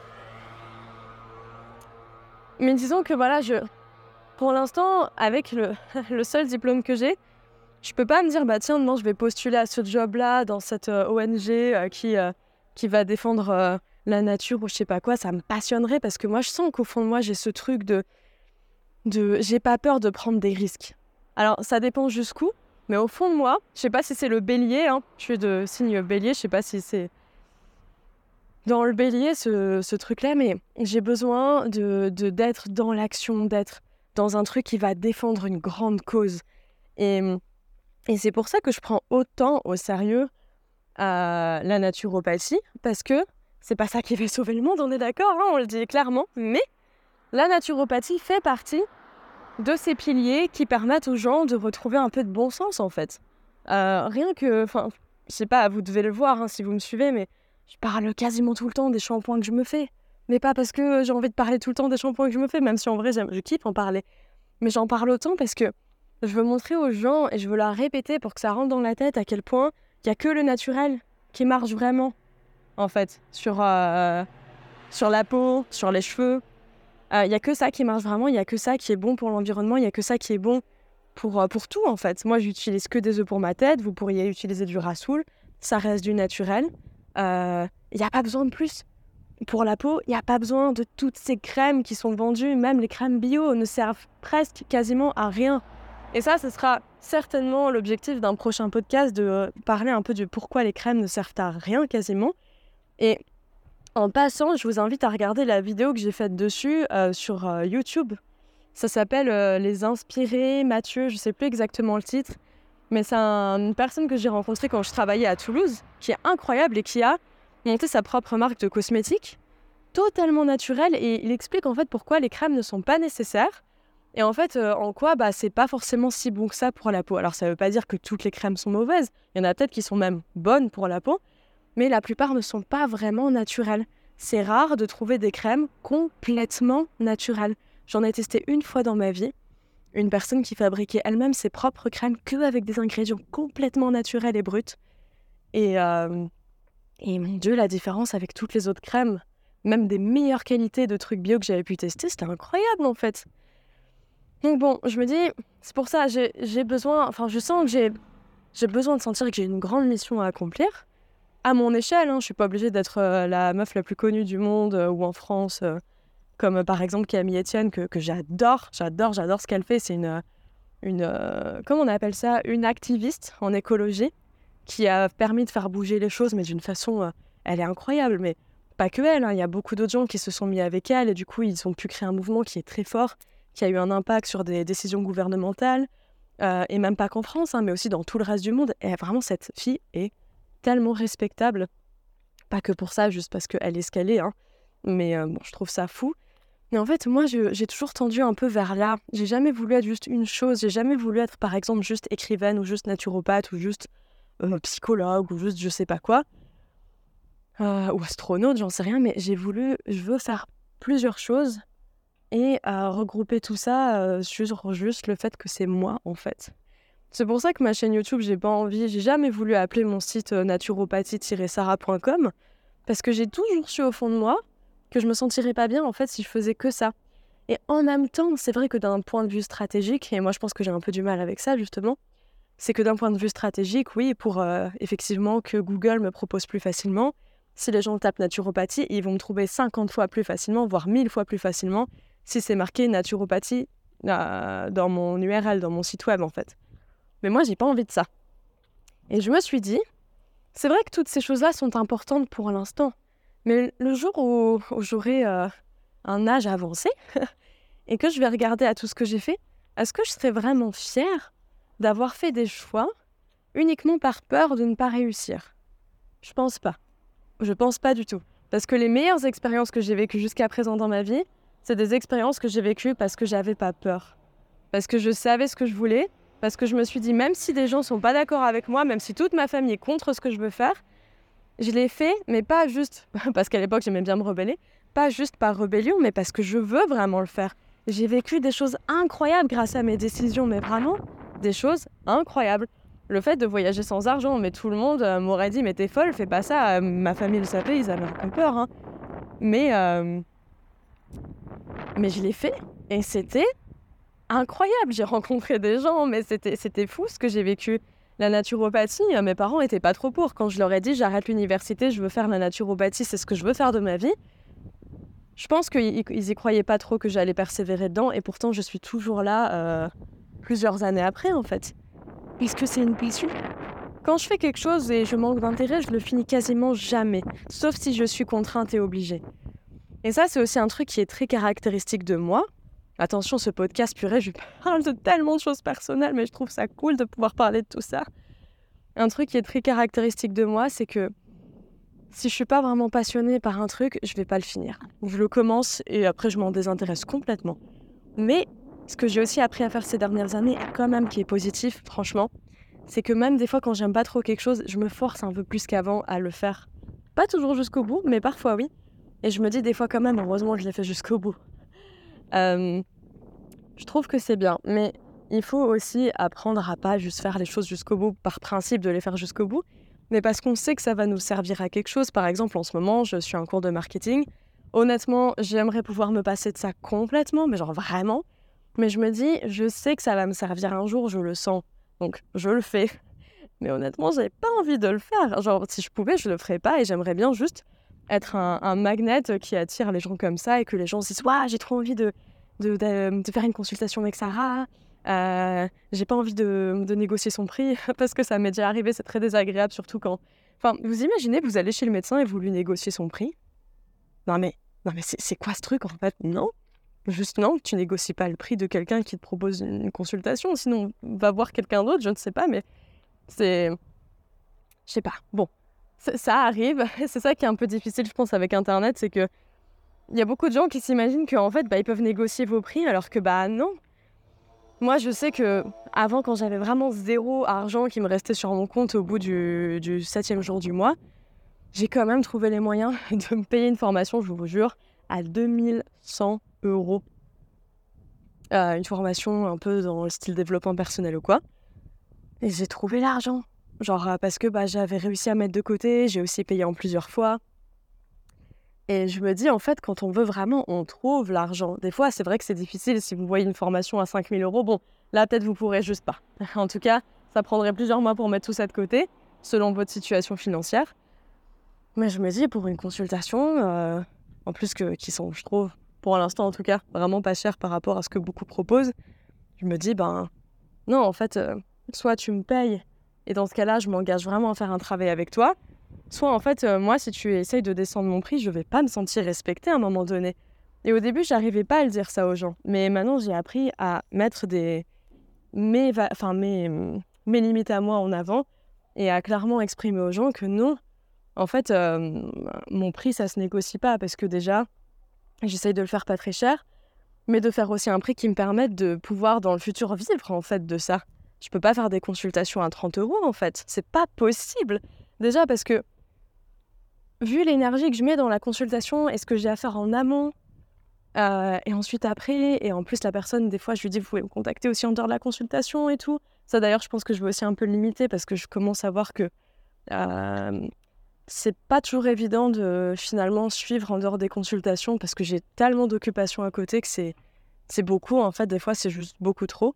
disons que voilà, pour l'instant, avec le seul diplôme que j'ai, je peux pas me dire, tiens, non, je vais postuler à ce job-là, dans cette ONG qui va défendre la nature ou je sais pas quoi. Ça me passionnerait parce que moi, je sens qu'au fond de moi, j'ai ce truc de j'ai pas peur de prendre des risques. Alors, ça dépend jusqu'où, mais au fond de moi, je sais pas si c'est le bélier, hein, je suis de signe bélier, je sais pas si c'est dans le bélier, ce truc-là, mais j'ai besoin d'être dans l'action, d'être dans un truc qui va défendre une grande cause. Et c'est pour ça que je prends autant au sérieux la naturopathie, parce que c'est pas ça qui va sauver le monde, on est d'accord, hein, on le dit clairement, mais la naturopathie fait partie de ces piliers qui permettent aux gens de retrouver un peu de bon sens, en fait. Rien que, je sais pas, vous devez le voir hein, si vous me suivez, mais je parle quasiment tout le temps des shampoings que je me fais. Mais pas parce que j'ai envie de parler tout le temps des shampoings que je me fais, même si en vrai, je kiffe en parler. Mais j'en parle autant parce que je veux montrer aux gens et je veux leur répéter pour que ça rentre dans la tête à quel point il n'y a que le naturel qui marche vraiment, en fait, sur la peau, sur les cheveux. Il n'y a que ça qui marche vraiment, il n'y a que ça qui est bon pour l'environnement, il n'y a que ça qui est bon pour tout, en fait. Moi, j'utilise que des œufs pour ma tête, vous pourriez utiliser du Rasoul, ça reste du naturel. Il n'y a pas besoin de plus. Pour la peau, il n'y a pas besoin de toutes ces crèmes qui sont vendues, même les crèmes bio ne servent presque quasiment à rien. Et ça, ce sera certainement l'objectif d'un prochain podcast, de parler un peu de pourquoi les crèmes ne servent à rien quasiment. Et en passant, je vous invite à regarder la vidéo que j'ai faite dessus sur YouTube. Ça s'appelle Les Inspirés Mathieu, je ne sais plus exactement le titre, mais c'est une personne que j'ai rencontrée quand je travaillais à Toulouse, qui est incroyable et qui a monté sa propre marque de cosmétiques, totalement naturelle, et il explique en fait pourquoi les crèmes ne sont pas nécessaires, et en fait en quoi c'est pas forcément si bon que ça pour la peau. Alors ça veut pas dire que toutes les crèmes sont mauvaises, il y en a peut-être qui sont même bonnes pour la peau, mais la plupart ne sont pas vraiment naturelles. C'est rare de trouver des crèmes complètement naturelles. J'en ai testé une fois dans ma vie, une personne qui fabriquait elle-même ses propres crèmes qu'avec des ingrédients complètement naturels et bruts. Et mon Dieu, la différence avec toutes les autres crèmes, même des meilleures qualités de trucs bio que j'avais pu tester, c'était incroyable en fait. Donc bon, je me dis, c'est pour ça, j'ai besoin, je sens que j'ai besoin de sentir que j'ai une grande mission à accomplir. À mon échelle, hein, je suis pas obligée d'être la meuf la plus connue du monde ou en France, comme par exemple Camille Etienne, que j'adore ce qu'elle fait. C'est comment on appelle ça, une activiste en écologie qui a permis de faire bouger les choses, mais d'une façon, elle est incroyable. Mais pas que elle, hein, il y a beaucoup d'autres gens qui se sont mis avec elle et du coup ils ont pu créer un mouvement qui est très fort, qui a eu un impact sur des décisions gouvernementales, et même pas qu'en France, hein, mais aussi dans tout le reste du monde. Et vraiment, cette fille est tellement respectable, pas que pour ça, juste parce qu'elle est ce qu'elle est, hein. Mais je trouve ça fou. Mais en fait, moi, j'ai toujours tendu un peu vers là. J'ai jamais voulu être juste une chose. J'ai jamais voulu être, par exemple, juste écrivaine ou juste naturopathe ou juste psychologue ou juste je sais pas quoi. Ou astronaute, j'en sais rien. Mais je veux faire plusieurs choses et regrouper tout ça sur juste le fait que c'est moi, en fait. C'est pour ça que ma chaîne YouTube, j'ai jamais voulu appeler mon site naturopathie-sara.com parce que j'ai toujours su au fond de moi que je me sentirais pas bien en fait si je faisais que ça. Et en même temps, c'est vrai que d'un point de vue stratégique, et moi je pense que j'ai un peu du mal avec ça justement, c'est que d'un point de vue stratégique, oui, pour effectivement que Google me propose plus facilement, si les gens tapent naturopathie, ils vont me trouver 50 fois plus facilement, voire 1000 fois plus facilement, si c'est marqué naturopathie dans mon URL, dans mon site web en fait. Mais moi, j'ai pas envie de ça. Et je me suis dit, c'est vrai que toutes ces choses-là sont importantes pour l'instant, mais le jour où j'aurai un âge avancé et que je vais regarder à tout ce que j'ai fait, est-ce que je serais vraiment fière d'avoir fait des choix uniquement par peur de ne pas réussir ? Je pense pas. Je pense pas du tout. Parce que les meilleures expériences que j'ai vécues jusqu'à présent dans ma vie, c'est des expériences que j'ai vécues parce que j'avais pas peur. Parce que je savais ce que je voulais, parce que je me suis dit, même si des gens sont pas d'accord avec moi, même si toute ma famille est contre ce que je veux faire, je l'ai fait, mais pas juste, parce qu'à l'époque j'aimais bien me rebeller, pas juste par rébellion, mais parce que je veux vraiment le faire. J'ai vécu des choses incroyables grâce à mes décisions, mais vraiment des choses incroyables. Le fait de voyager sans argent, mais tout le monde m'aurait dit, mais t'es folle, fais pas ça. Ma famille le savait, ils avaient un peu peur. Hein. Mais je l'ai fait, et c'était incroyable. J'ai rencontré des gens, mais c'était fou ce que j'ai vécu. La naturopathie, mes parents étaient pas trop pour. Quand je leur ai dit j'arrête l'université, je veux faire la naturopathie, c'est ce que je veux faire de ma vie. Je pense qu'ils y croyaient pas trop que j'allais persévérer dedans, et pourtant je suis toujours là plusieurs années après en fait. Puisque c'est une passion. Quand je fais quelque chose et je manque d'intérêt, je le finis quasiment jamais, sauf si je suis contrainte et obligée. Et ça, c'est aussi un truc qui est très caractéristique de moi. Attention, ce podcast, purée, je parle de tellement de choses personnelles, mais je trouve ça cool de pouvoir parler de tout ça. Un truc qui est très caractéristique de moi, c'est que si je suis pas vraiment passionnée par un truc, je vais pas le finir. Je le commence et après je m'en désintéresse complètement. Mais ce que j'ai aussi appris à faire ces dernières années, et quand même qui est positif, franchement, c'est que même des fois quand j'aime pas trop quelque chose, je me force un peu plus qu'avant à le faire. Pas toujours jusqu'au bout, mais parfois oui. Et je me dis des fois quand même, heureusement que je l'ai fait jusqu'au bout. Je trouve que c'est bien, mais il faut aussi apprendre à pas juste faire les choses jusqu'au bout par principe de les faire jusqu'au bout, mais parce qu'on sait que ça va nous servir à quelque chose. Par exemple, en ce moment, je suis en cours de marketing. Honnêtement, j'aimerais pouvoir me passer de ça complètement, mais genre vraiment. Mais je me dis, je sais que ça va me servir un jour, je le sens. Donc, je le fais. Mais honnêtement, j'ai pas envie de le faire. Genre, si je pouvais, je le ferais pas et j'aimerais bien juste être un magnet qui attire les gens comme ça et que les gens se disent « Waouh, j'ai trop envie de faire une consultation avec Sarah. J'ai pas envie de négocier son prix parce que ça m'est déjà arrivé, c'est très désagréable, surtout quand... Enfin, vous imaginez, vous allez chez le médecin et vous lui négociez son prix ? Non mais c'est quoi ce truc en fait ? Non. Juste non, tu négocies pas le prix de quelqu'un qui te propose une consultation, sinon va voir quelqu'un d'autre, je ne sais pas, mais c'est... Je sais pas. Bon, ça arrive, c'est ça qui est un peu difficile, je pense, avec Internet, c'est que il y a beaucoup de gens qui s'imaginent qu'en fait, ils peuvent négocier vos prix, alors que non. Moi, je sais que avant, quand j'avais vraiment zéro argent qui me restait sur mon compte au bout du 7e jour du mois, j'ai quand même trouvé les moyens de me payer une formation, je vous jure, à 2100 €. Une formation un peu dans le style développement personnel ou quoi. Et j'ai trouvé l'argent. Genre parce que j'avais réussi à mettre de côté, j'ai aussi payé en plusieurs fois. Et je me dis, en fait, quand on veut vraiment, on trouve l'argent. Des fois, c'est vrai que c'est difficile. Si vous voyez une formation à 5 000 €, bon, là, peut-être vous pourrez juste pas. En tout cas, ça prendrait plusieurs mois pour mettre tout ça de côté, selon votre situation financière. Mais je me dis, pour une consultation, en plus qui sont, je trouve, pour l'instant en tout cas, vraiment pas chères par rapport à ce que beaucoup proposent, je me dis, non, en fait, soit tu me payes, et dans ce cas-là, je m'engage vraiment à faire un travail avec toi, soit en fait, moi, si tu essayes de descendre mon prix, je vais pas me sentir respectée à un moment donné. Et au début, j'arrivais pas à le dire ça aux gens. Mais maintenant, j'ai appris à mettre mes limites à moi en avant et à clairement exprimer aux gens que non, en fait, mon prix, ça se négocie pas parce que déjà, J'essaye de le faire pas très cher, mais de faire aussi un prix qui me permette de pouvoir dans le futur vivre en fait de ça. Je peux pas faire des consultations à 30 € en fait, c'est pas possible. Déjà parce que vu l'énergie que je mets dans la consultation et ce que j'ai à faire en amont, et ensuite après, et en plus la personne des fois je lui dis vous pouvez me contacter aussi en dehors de la consultation et tout. Ça d'ailleurs je pense que je vais aussi un peu le limiter parce que je commence à voir que c'est pas toujours évident de finalement suivre en dehors des consultations parce que j'ai tellement d'occupations à côté que c'est beaucoup en fait, des fois c'est juste beaucoup trop.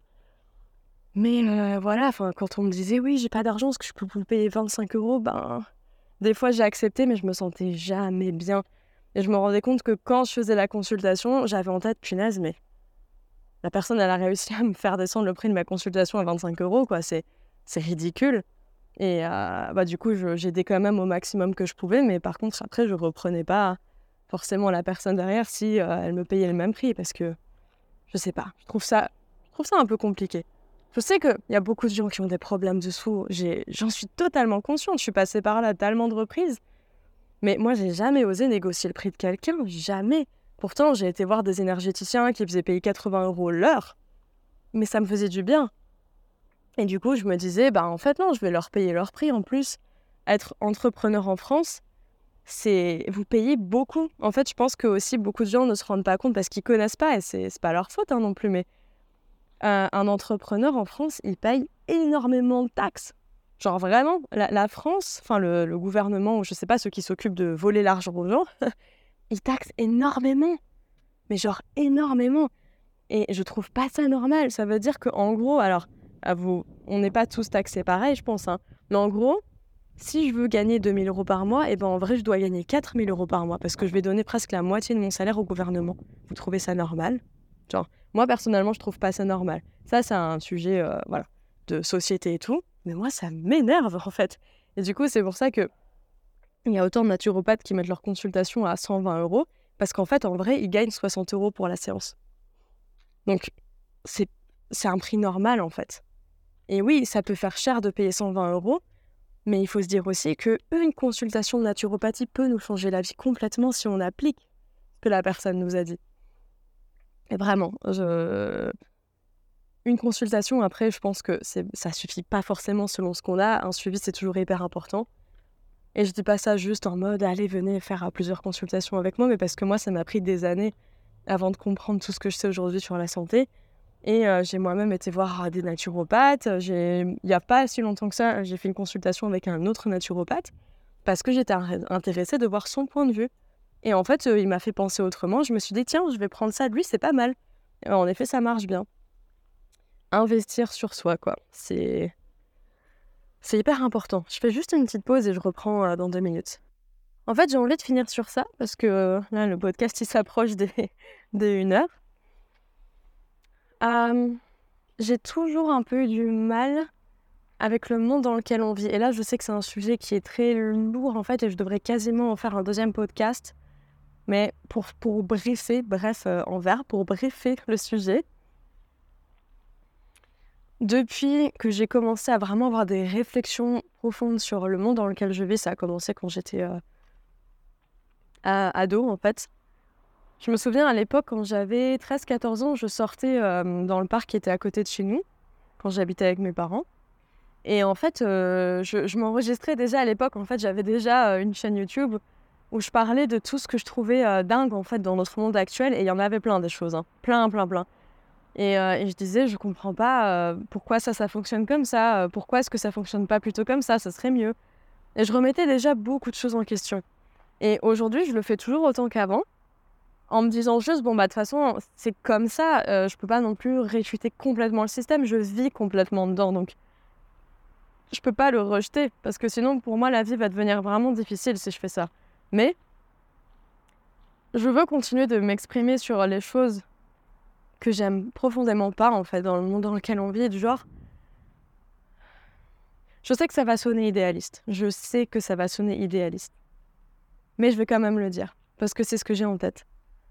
Mais voilà, quand on me disait oui j'ai pas d'argent, est-ce que je peux vous payer 25 €, ben des fois j'ai accepté mais je me sentais jamais bien. Et je me rendais compte que quand je faisais la consultation, j'avais en tête punaise mais la personne elle a réussi à me faire descendre le prix de ma consultation à 25 € quoi, c'est ridicule. Et du coup, j'aidais quand même au maximum que je pouvais, mais par contre, après, je reprenais pas forcément la personne derrière si elle me payait le même prix, parce que, je sais pas, je trouve ça un peu compliqué. Je sais qu'il y a beaucoup de gens qui ont des problèmes de sous, j'en suis totalement consciente, je suis passée par là tellement de reprises, mais moi, j'ai jamais osé négocier le prix de quelqu'un, jamais. Pourtant, j'ai été voir des énergéticiens qui faisaient payer 80 € l'heure, mais ça me faisait du bien. Et du coup, je me disais, en fait, non, je vais leur payer leur prix. En plus, être entrepreneur en France, c'est vous payez beaucoup. En fait, je pense que aussi beaucoup de gens ne se rendent pas compte parce qu'ils connaissent pas, et c'est pas leur faute non plus, mais un entrepreneur en France, il paye énormément de taxes. Genre vraiment, la France, enfin le gouvernement, ou je sais pas, ceux qui s'occupent de voler l'argent aux gens, ils taxent énormément. Mais genre énormément. Et je trouve pas ça normal. Ça veut dire qu'en gros, alors, on n'est pas tous taxés pareil, je pense, hein. Mais en gros, si je veux gagner 2 000 € par mois, en vrai, je dois gagner 4 000 € par mois parce que je vais donner presque la moitié de mon salaire au gouvernement. Vous trouvez ça normal? Genre, moi, personnellement, je trouve pas ça normal. Ça, c'est un sujet, de société et tout. Mais moi, ça m'énerve, en fait. Et du coup, c'est pour ça que il y a autant de naturopathes qui mettent leur consultation à 120 € parce qu'en fait, en vrai, ils gagnent 60 € pour la séance. Donc, c'est un prix normal, en fait. Et oui, ça peut faire cher de payer 120 €, mais il faut se dire aussi qu'une consultation de naturopathie peut nous changer la vie complètement si on applique ce que la personne nous a dit. Et vraiment, une consultation, après, je pense que ça suffit pas forcément selon ce qu'on a. Un suivi, c'est toujours hyper important. Et je dis pas ça juste en mode « Allez, venez faire plusieurs consultations avec moi », mais parce que moi, ça m'a pris des années avant de comprendre tout ce que je sais aujourd'hui sur la santé. Et j'ai moi-même été voir des naturopathes. Il n'y a pas si longtemps que ça, j'ai fait une consultation avec un autre naturopathe parce que j'étais intéressée de voir son point de vue. Et en fait, il m'a fait penser autrement. Je me suis dit, tiens, je vais prendre ça de lui, c'est pas mal. Et en effet, ça marche bien. Investir sur soi, quoi. C'est hyper important. Je fais juste une petite pause et je reprends dans 2 minutes. En fait, j'ai envie de finir sur ça parce que là, le podcast, il s'approche des 1 heure. J'ai toujours un peu eu du mal avec le monde dans lequel on vit. Et là, je sais que c'est un sujet qui est très lourd, en fait, et je devrais quasiment en faire un deuxième podcast. Mais pour briefer, pour briefer le sujet, depuis que j'ai commencé à vraiment avoir des réflexions profondes sur le monde dans lequel je vis, ça a commencé quand j'étais ado, en fait. Je me souviens à l'époque, quand j'avais 13-14 ans, je sortais dans le parc qui était à côté de chez nous, quand j'habitais avec mes parents. Et en fait, je m'enregistrais déjà à l'époque. En fait, j'avais déjà une chaîne YouTube où je parlais de tout ce que je trouvais dingue en fait dans notre monde actuel. Et il y en avait plein des choses, hein. Plein. Et je disais, je comprends pas pourquoi ça fonctionne comme ça. Pourquoi est-ce que ça fonctionne pas plutôt comme ça serait mieux. Et je remettais déjà beaucoup de choses en question. Et aujourd'hui, je le fais toujours autant qu'avant, en me disant juste, de toute façon, c'est comme ça, je peux pas non plus réfuter complètement le système, je vis complètement dedans, donc je peux pas le rejeter, parce que sinon, pour moi, la vie va devenir vraiment difficile si je fais ça. Mais je veux continuer de m'exprimer sur les choses que j'aime profondément pas, en fait, dans le monde dans lequel on vit, du genre... Je sais que ça va sonner idéaliste, mais je vais quand même le dire, parce que c'est ce que j'ai en tête.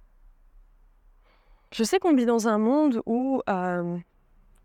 Je sais qu'on vit dans un monde où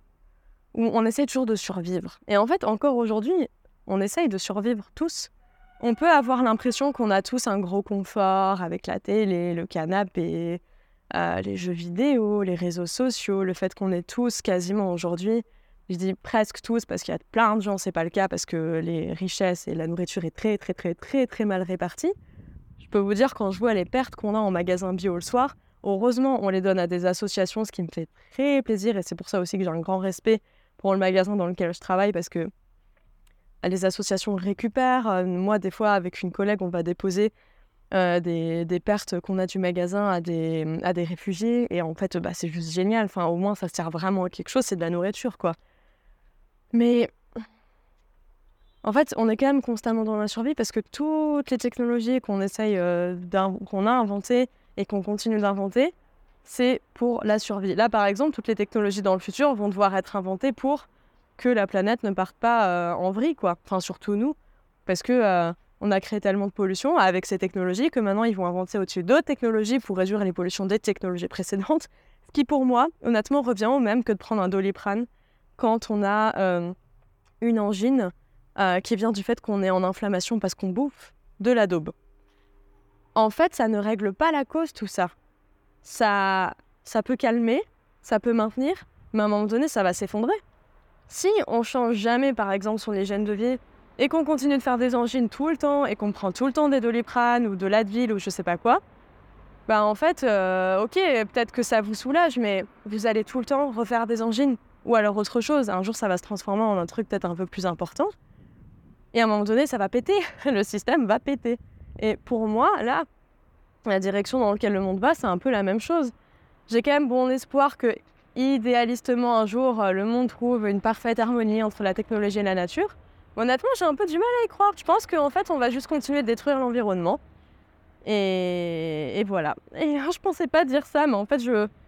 on essaie toujours de survivre. Et en fait, encore aujourd'hui, on essaye de survivre tous. on peut avoir l'impression qu'on a tous un gros confort avec la télé, le canapé, les jeux vidéo, les réseaux sociaux, le fait qu'on est tous quasiment aujourd'hui, je dis presque tous parce qu'il y a plein de gens, c'est pas le cas parce que les richesses et la nourriture est très très très très très mal répartie. Je peux vous dire, quand je vois les pertes qu'on a en magasin bio le soir, heureusement on les donne à des associations, ce qui me fait très plaisir, et c'est pour ça aussi que j'ai un grand respect pour le magasin dans lequel je travaille, parce que les associations récupèrent. Moi, des fois, avec une collègue, on va déposer des pertes qu'on a du magasin à des réfugiés. Et en fait, c'est juste génial. Enfin, au moins, ça sert vraiment à quelque chose. C'est de la nourriture, quoi. Mais en fait, on est quand même constamment dans la survie parce que toutes les technologies qu'on essaye, qu'on a inventées et qu'on continue d'inventer, c'est pour la survie. Là, par exemple, toutes les technologies dans le futur vont devoir être inventées pour que la planète ne parte pas en vrille, quoi. Enfin, surtout nous, parce que on a créé tellement de pollution avec ces technologies que maintenant, ils vont inventer au-dessus d'autres technologies pour réduire les pollutions des technologies précédentes, ce qui, pour moi, honnêtement, revient au même que de prendre un Doliprane quand on a une angine qui vient du fait qu'on est en inflammation parce qu'on bouffe de la daube. En fait, ça ne règle pas la cause, tout ça. Ça peut calmer, ça peut maintenir, mais à un moment donné, ça va s'effondrer. Si on change jamais, par exemple, sur l'hygiène de vie et qu'on continue de faire des angines tout le temps et qu'on prend tout le temps des Doliprane ou de l'Advil ou je sais pas quoi, en fait, ok, peut-être que ça vous soulage, mais vous allez tout le temps refaire des angines ou alors autre chose. Un jour, ça va se transformer en un truc peut-être un peu plus important. Et à un moment donné, ça va péter. Le système va péter. Et pour moi, là, la direction dans laquelle le monde va, c'est un peu la même chose. J'ai quand même bon espoir que, idéalistement, un jour, le monde trouve une parfaite harmonie entre la technologie et la nature. Honnêtement, j'ai un peu du mal à y croire. Je pense qu'en fait, on va juste continuer de détruire l'environnement. Et voilà. Et je pensais pas dire ça, mais en fait,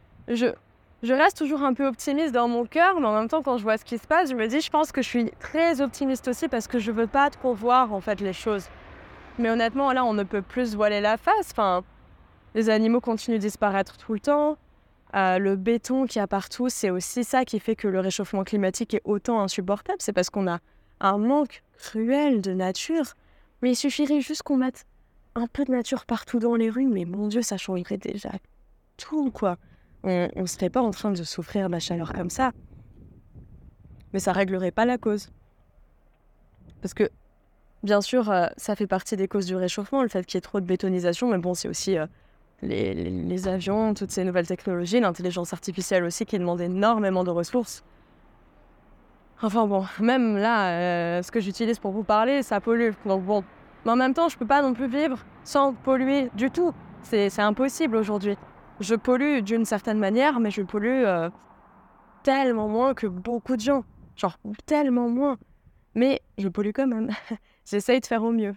je reste toujours un peu optimiste dans mon cœur, mais en même temps, quand je vois ce qui se passe, je me dis, je pense que je suis très optimiste aussi parce que je veux pas trop voir, en fait, les choses. Mais honnêtement, là, on ne peut plus se voiler la face. Enfin, les animaux continuent de disparaître tout le temps. Le béton qu'il y a partout, c'est aussi ça qui fait que le réchauffement climatique est autant insupportable. C'est parce qu'on a un manque cruel de nature. Mais il suffirait juste qu'on mette un peu de nature partout dans les rues. Mais mon Dieu, ça changerait déjà tout, quoi. On ne serait pas en train de souffrir de la chaleur comme ça. Mais ça réglerait pas la cause. Parce que, bien sûr, ça fait partie des causes du réchauffement, le fait qu'il y ait trop de bétonisation. Mais bon, c'est aussi les avions, toutes ces nouvelles technologies, l'intelligence artificielle aussi qui demande énormément de ressources. Enfin bon, même là, ce que j'utilise pour vous parler, ça pollue. Donc bon, mais en même temps, je peux pas non plus vivre sans polluer du tout. C'est impossible aujourd'hui. Je pollue d'une certaine manière, mais je pollue tellement moins que beaucoup de gens. Genre, tellement moins. Mais je pollue quand même. J'essaye de faire au mieux.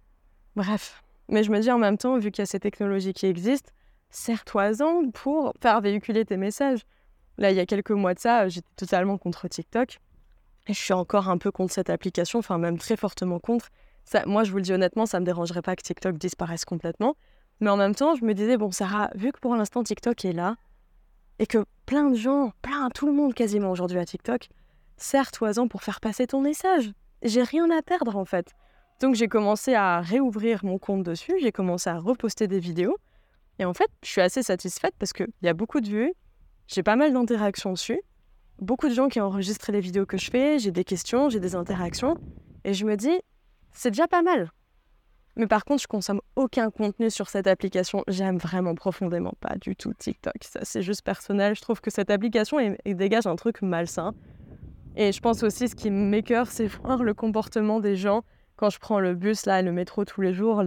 Bref. Mais je me dis en même temps, vu qu'il y a ces technologies qui existent, sers-toi-en pour faire véhiculer tes messages. Là, il y a quelques mois de ça, j'étais totalement contre TikTok. Et je suis encore un peu contre cette application, enfin même très fortement contre. Ça, moi, je vous le dis honnêtement, ça me dérangerait pas que TikTok disparaisse complètement. Mais en même temps, je me disais, bon, Sarah, vu que pour l'instant TikTok est là, et que plein de gens, tout le monde quasiment aujourd'hui à TikTok, sers-toi-en pour faire passer ton message. J'ai rien à perdre en fait. Donc j'ai commencé à réouvrir mon compte dessus, j'ai commencé à reposter des vidéos. Et en fait, je suis assez satisfaite parce qu'il y a beaucoup de vues, j'ai pas mal d'interactions dessus, beaucoup de gens qui enregistrent les vidéos que je fais, j'ai des questions, j'ai des interactions. Et je me dis, c'est déjà pas mal. Mais par contre, je consomme aucun contenu sur cette application. J'aime vraiment profondément pas du tout TikTok. Ça, c'est juste personnel. Je trouve que cette application elle dégage un truc malsain. Et je pense aussi, ce qui m'écœure, c'est voir le comportement des gens. Quand je prends le bus, là, le métro tous les jours,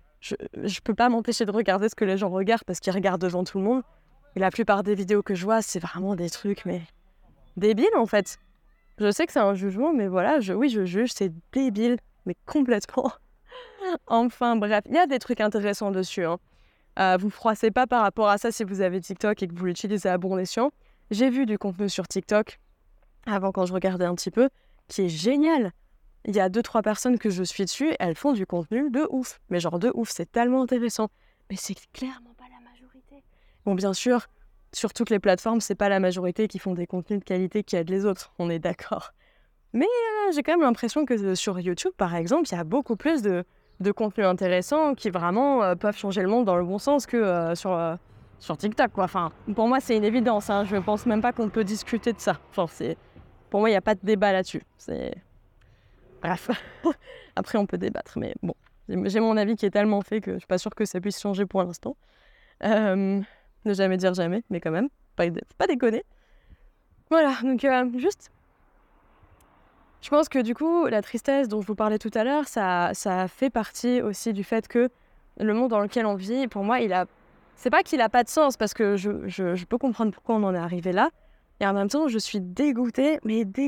je peux pas m'empêcher de regarder ce que les gens regardent parce qu'ils regardent devant tout le monde. Et la plupart des vidéos que je vois, c'est vraiment des trucs, mais débiles en fait. Je sais que c'est un jugement, mais voilà, je juge, c'est débile, mais complètement. Enfin bref, il y a des trucs intéressants dessus. Vous froissez pas par rapport à ça si vous avez TikTok et que vous l'utilisez à bon escient. J'ai vu du contenu sur TikTok, avant quand je regardais un petit peu, qui est génial. Il y a 2-3 personnes que je suis dessus, elles font du contenu de ouf. Mais genre de ouf, c'est tellement intéressant. Mais c'est clairement pas la majorité. Bon, bien sûr, sur toutes les plateformes, c'est pas la majorité qui font des contenus de qualité qui aident les autres, on est d'accord. Mais j'ai quand même l'impression que sur YouTube, par exemple, il y a beaucoup plus de de contenu intéressant qui vraiment peuvent changer le monde dans le bon sens que sur TikTok, quoi. Enfin, pour moi, c'est une évidence. Hein. Je pense même pas qu'on peut discuter de ça. Enfin, pour moi, il n'y a pas de débat là-dessus. Bref. Après, on peut débattre, mais bon. J'ai mon avis qui est tellement fait que je suis pas sûre que ça puisse changer pour l'instant. Ne jamais dire jamais, mais quand même, pas déconner. Voilà, donc juste... Je pense que du coup, la tristesse dont je vous parlais tout à l'heure, ça fait partie aussi du fait que le monde dans lequel on vit, pour moi, c'est pas qu'il a pas de sens, parce que je peux comprendre pourquoi on en est arrivé là, et en même temps, je suis dégoûtée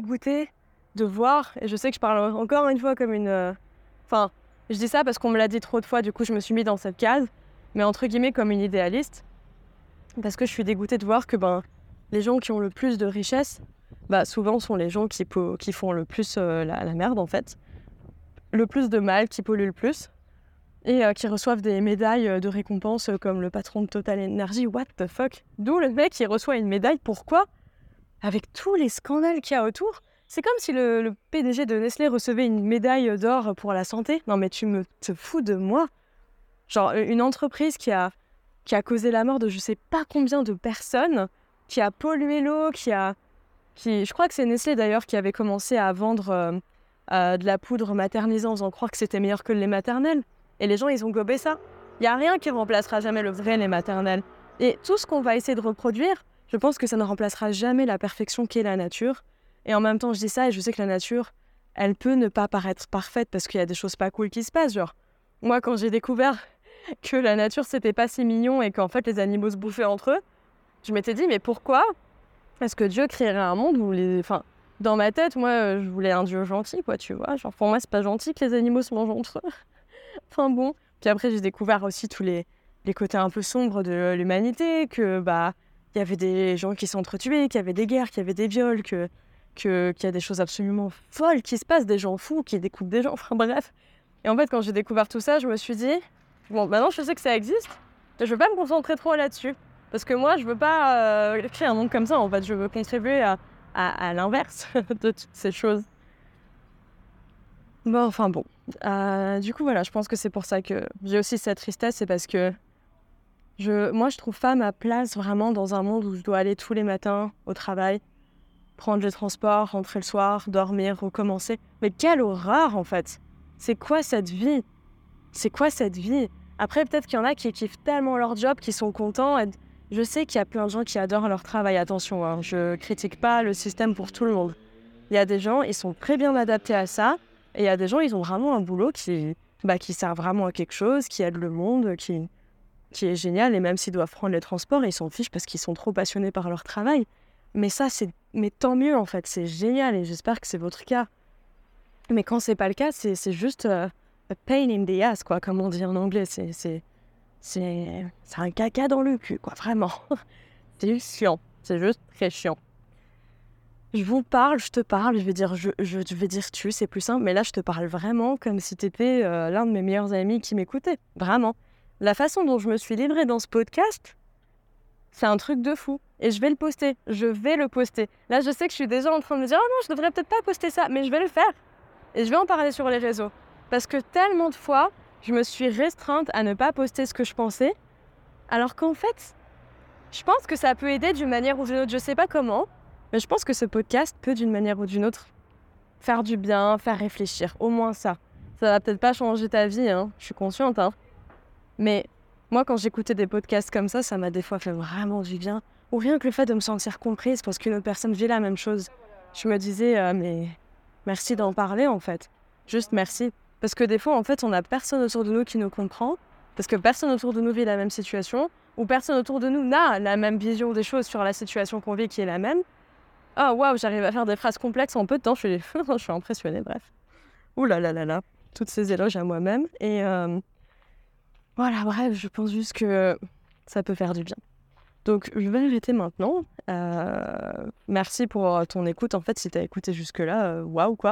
de voir, et je sais que je parle encore une fois comme une... Enfin, je dis ça parce qu'on me l'a dit trop de fois, du coup je me suis mis dans cette case, mais entre guillemets comme une idéaliste, parce que je suis dégoûtée de voir que les gens qui ont le plus de richesse, souvent sont les gens qui font le plus la merde en fait, le plus de mal, qui polluent le plus, et qui reçoivent des médailles de récompense comme le patron de Total Energy, what the fuck. D'où le mec qui reçoit une médaille, pourquoi ? Avec tous les scandales qu'il y a autour. C'est comme si le PDG de Nestlé recevait une médaille d'or pour la santé. Non mais te fous de moi. Genre une entreprise qui a causé la mort de je sais pas combien de personnes, qui a pollué l'eau, je crois que c'est Nestlé d'ailleurs qui avait commencé à vendre de la poudre maternisée en faisant croire que c'était meilleur que le lait maternel. Et les gens, ils ont gobé ça. Il n'y a rien qui remplacera jamais le vrai lait maternel. Et tout ce qu'on va essayer de reproduire, je pense que ça ne remplacera jamais la perfection qu'est la nature. Et en même temps, je dis ça et je sais que la nature, elle peut ne pas paraître parfaite parce qu'il y a des choses pas cool qui se passent. Genre, moi, quand j'ai découvert que la nature, c'était pas si mignon et qu'en fait, les animaux se bouffaient entre eux, je m'étais dit, mais pourquoi est-ce que Dieu créerait un monde où Enfin, dans ma tête, moi, je voulais un Dieu gentil, quoi, tu vois. Genre, pour moi, c'est pas gentil que les animaux se mangent entre eux. Enfin bon. Puis après, j'ai découvert aussi tous les côtés un peu sombres de l'humanité, que, il y avait des gens qui s'entretuaient, qu'il y avait des guerres, qu'il y avait des viols, qu'il y a des choses absolument folles qui se passent, des gens fous qui découpent des gens, enfin bref. Et en fait, quand j'ai découvert tout ça, je me suis dit, bon, maintenant je sais que ça existe, mais je veux pas me concentrer trop là-dessus. Parce que moi, je veux pas créer un monde comme ça, en fait, je veux contribuer à l'inverse de toutes ces choses. Enfin bon. Du coup, voilà, je pense que c'est pour ça que j'ai aussi cette tristesse, c'est parce que moi, je trouve pas ma place vraiment dans un monde où je dois aller tous les matins au travail, prendre le transport, rentrer le soir, dormir, recommencer. Mais quelle horreur, en fait. C'est quoi cette vie ? Après, peut-être qu'il y en a qui kiffent tellement leur job, qui sont contents. Et je sais qu'il y a plein de gens qui adorent leur travail. Attention, hein, je critique pas le système pour tout le monde. Il y a des gens, ils sont très bien adaptés à ça. Et il y a des gens, ils ont vraiment un boulot qui sert vraiment à quelque chose, qui aide le monde, qui est génial. Et même s'ils doivent prendre les transports, ils s'en fichent parce qu'ils sont trop passionnés par leur travail. Mais ça, mais tant mieux, en fait. C'est génial et j'espère que c'est votre cas. Mais quand c'est pas le cas, c'est juste a pain in the ass, quoi, comme on dit en anglais. C'est un caca dans le cul, quoi, vraiment. C'est juste chiant. C'est juste très chiant. Je te parle, je vais dire tu, c'est plus simple, mais là, je te parle vraiment comme si t'étais l'un de mes meilleurs amis qui m'écoutait. Vraiment. La façon dont je me suis livrée dans ce podcast, c'est un truc de fou. Et je vais le poster. Là, je sais que je suis déjà en train de me dire « Oh non, je devrais peut-être pas poster ça », mais je vais le faire. Et je vais en parler sur les réseaux. Parce que tellement de fois, je me suis restreinte à ne pas poster ce que je pensais, alors qu'en fait, je pense que ça peut aider d'une manière ou d'une autre. Je sais pas comment, mais je pense que ce podcast peut d'une manière ou d'une autre faire du bien, faire réfléchir. Au moins ça. Ça va peut-être pas changer ta vie, hein. Je suis consciente, hein. Mais moi, quand j'écoutais des podcasts comme ça m'a des fois fait vraiment du bien. Ou rien que le fait de me sentir comprise parce qu'une autre personne vit la même chose. Je me disais, mais merci d'en parler, en fait. Juste merci. Parce que des fois, en fait, on n'a personne autour de nous qui nous comprend. Parce que personne autour de nous vit la même situation. Ou personne autour de nous n'a la même vision des choses sur la situation qu'on vit qui est la même. Oh, waouh, j'arrive à faire des phrases complexes en peu de temps. Je suis impressionnée, bref. Ouh là là là là. Toutes ces éloges à moi-même. Et voilà, bref, je pense juste que ça peut faire du bien. Donc, je vais arrêter maintenant. Merci pour ton écoute. En fait, si t'as écouté jusque-là, waouh, quoi.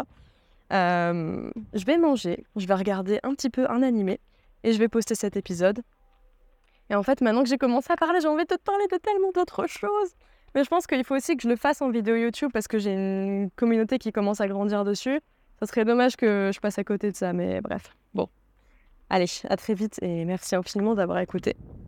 Je vais manger, je vais regarder un petit peu un animé et je vais poster cet épisode. Et en fait, maintenant que j'ai commencé à parler, j'ai envie de te parler de tellement d'autres choses. Mais je pense qu'il faut aussi que je le fasse en vidéo YouTube parce que j'ai une communauté qui commence à grandir dessus. Ça serait dommage que je passe à côté de ça, mais bref. Bon, Allez, à très vite et merci infiniment d'avoir écouté.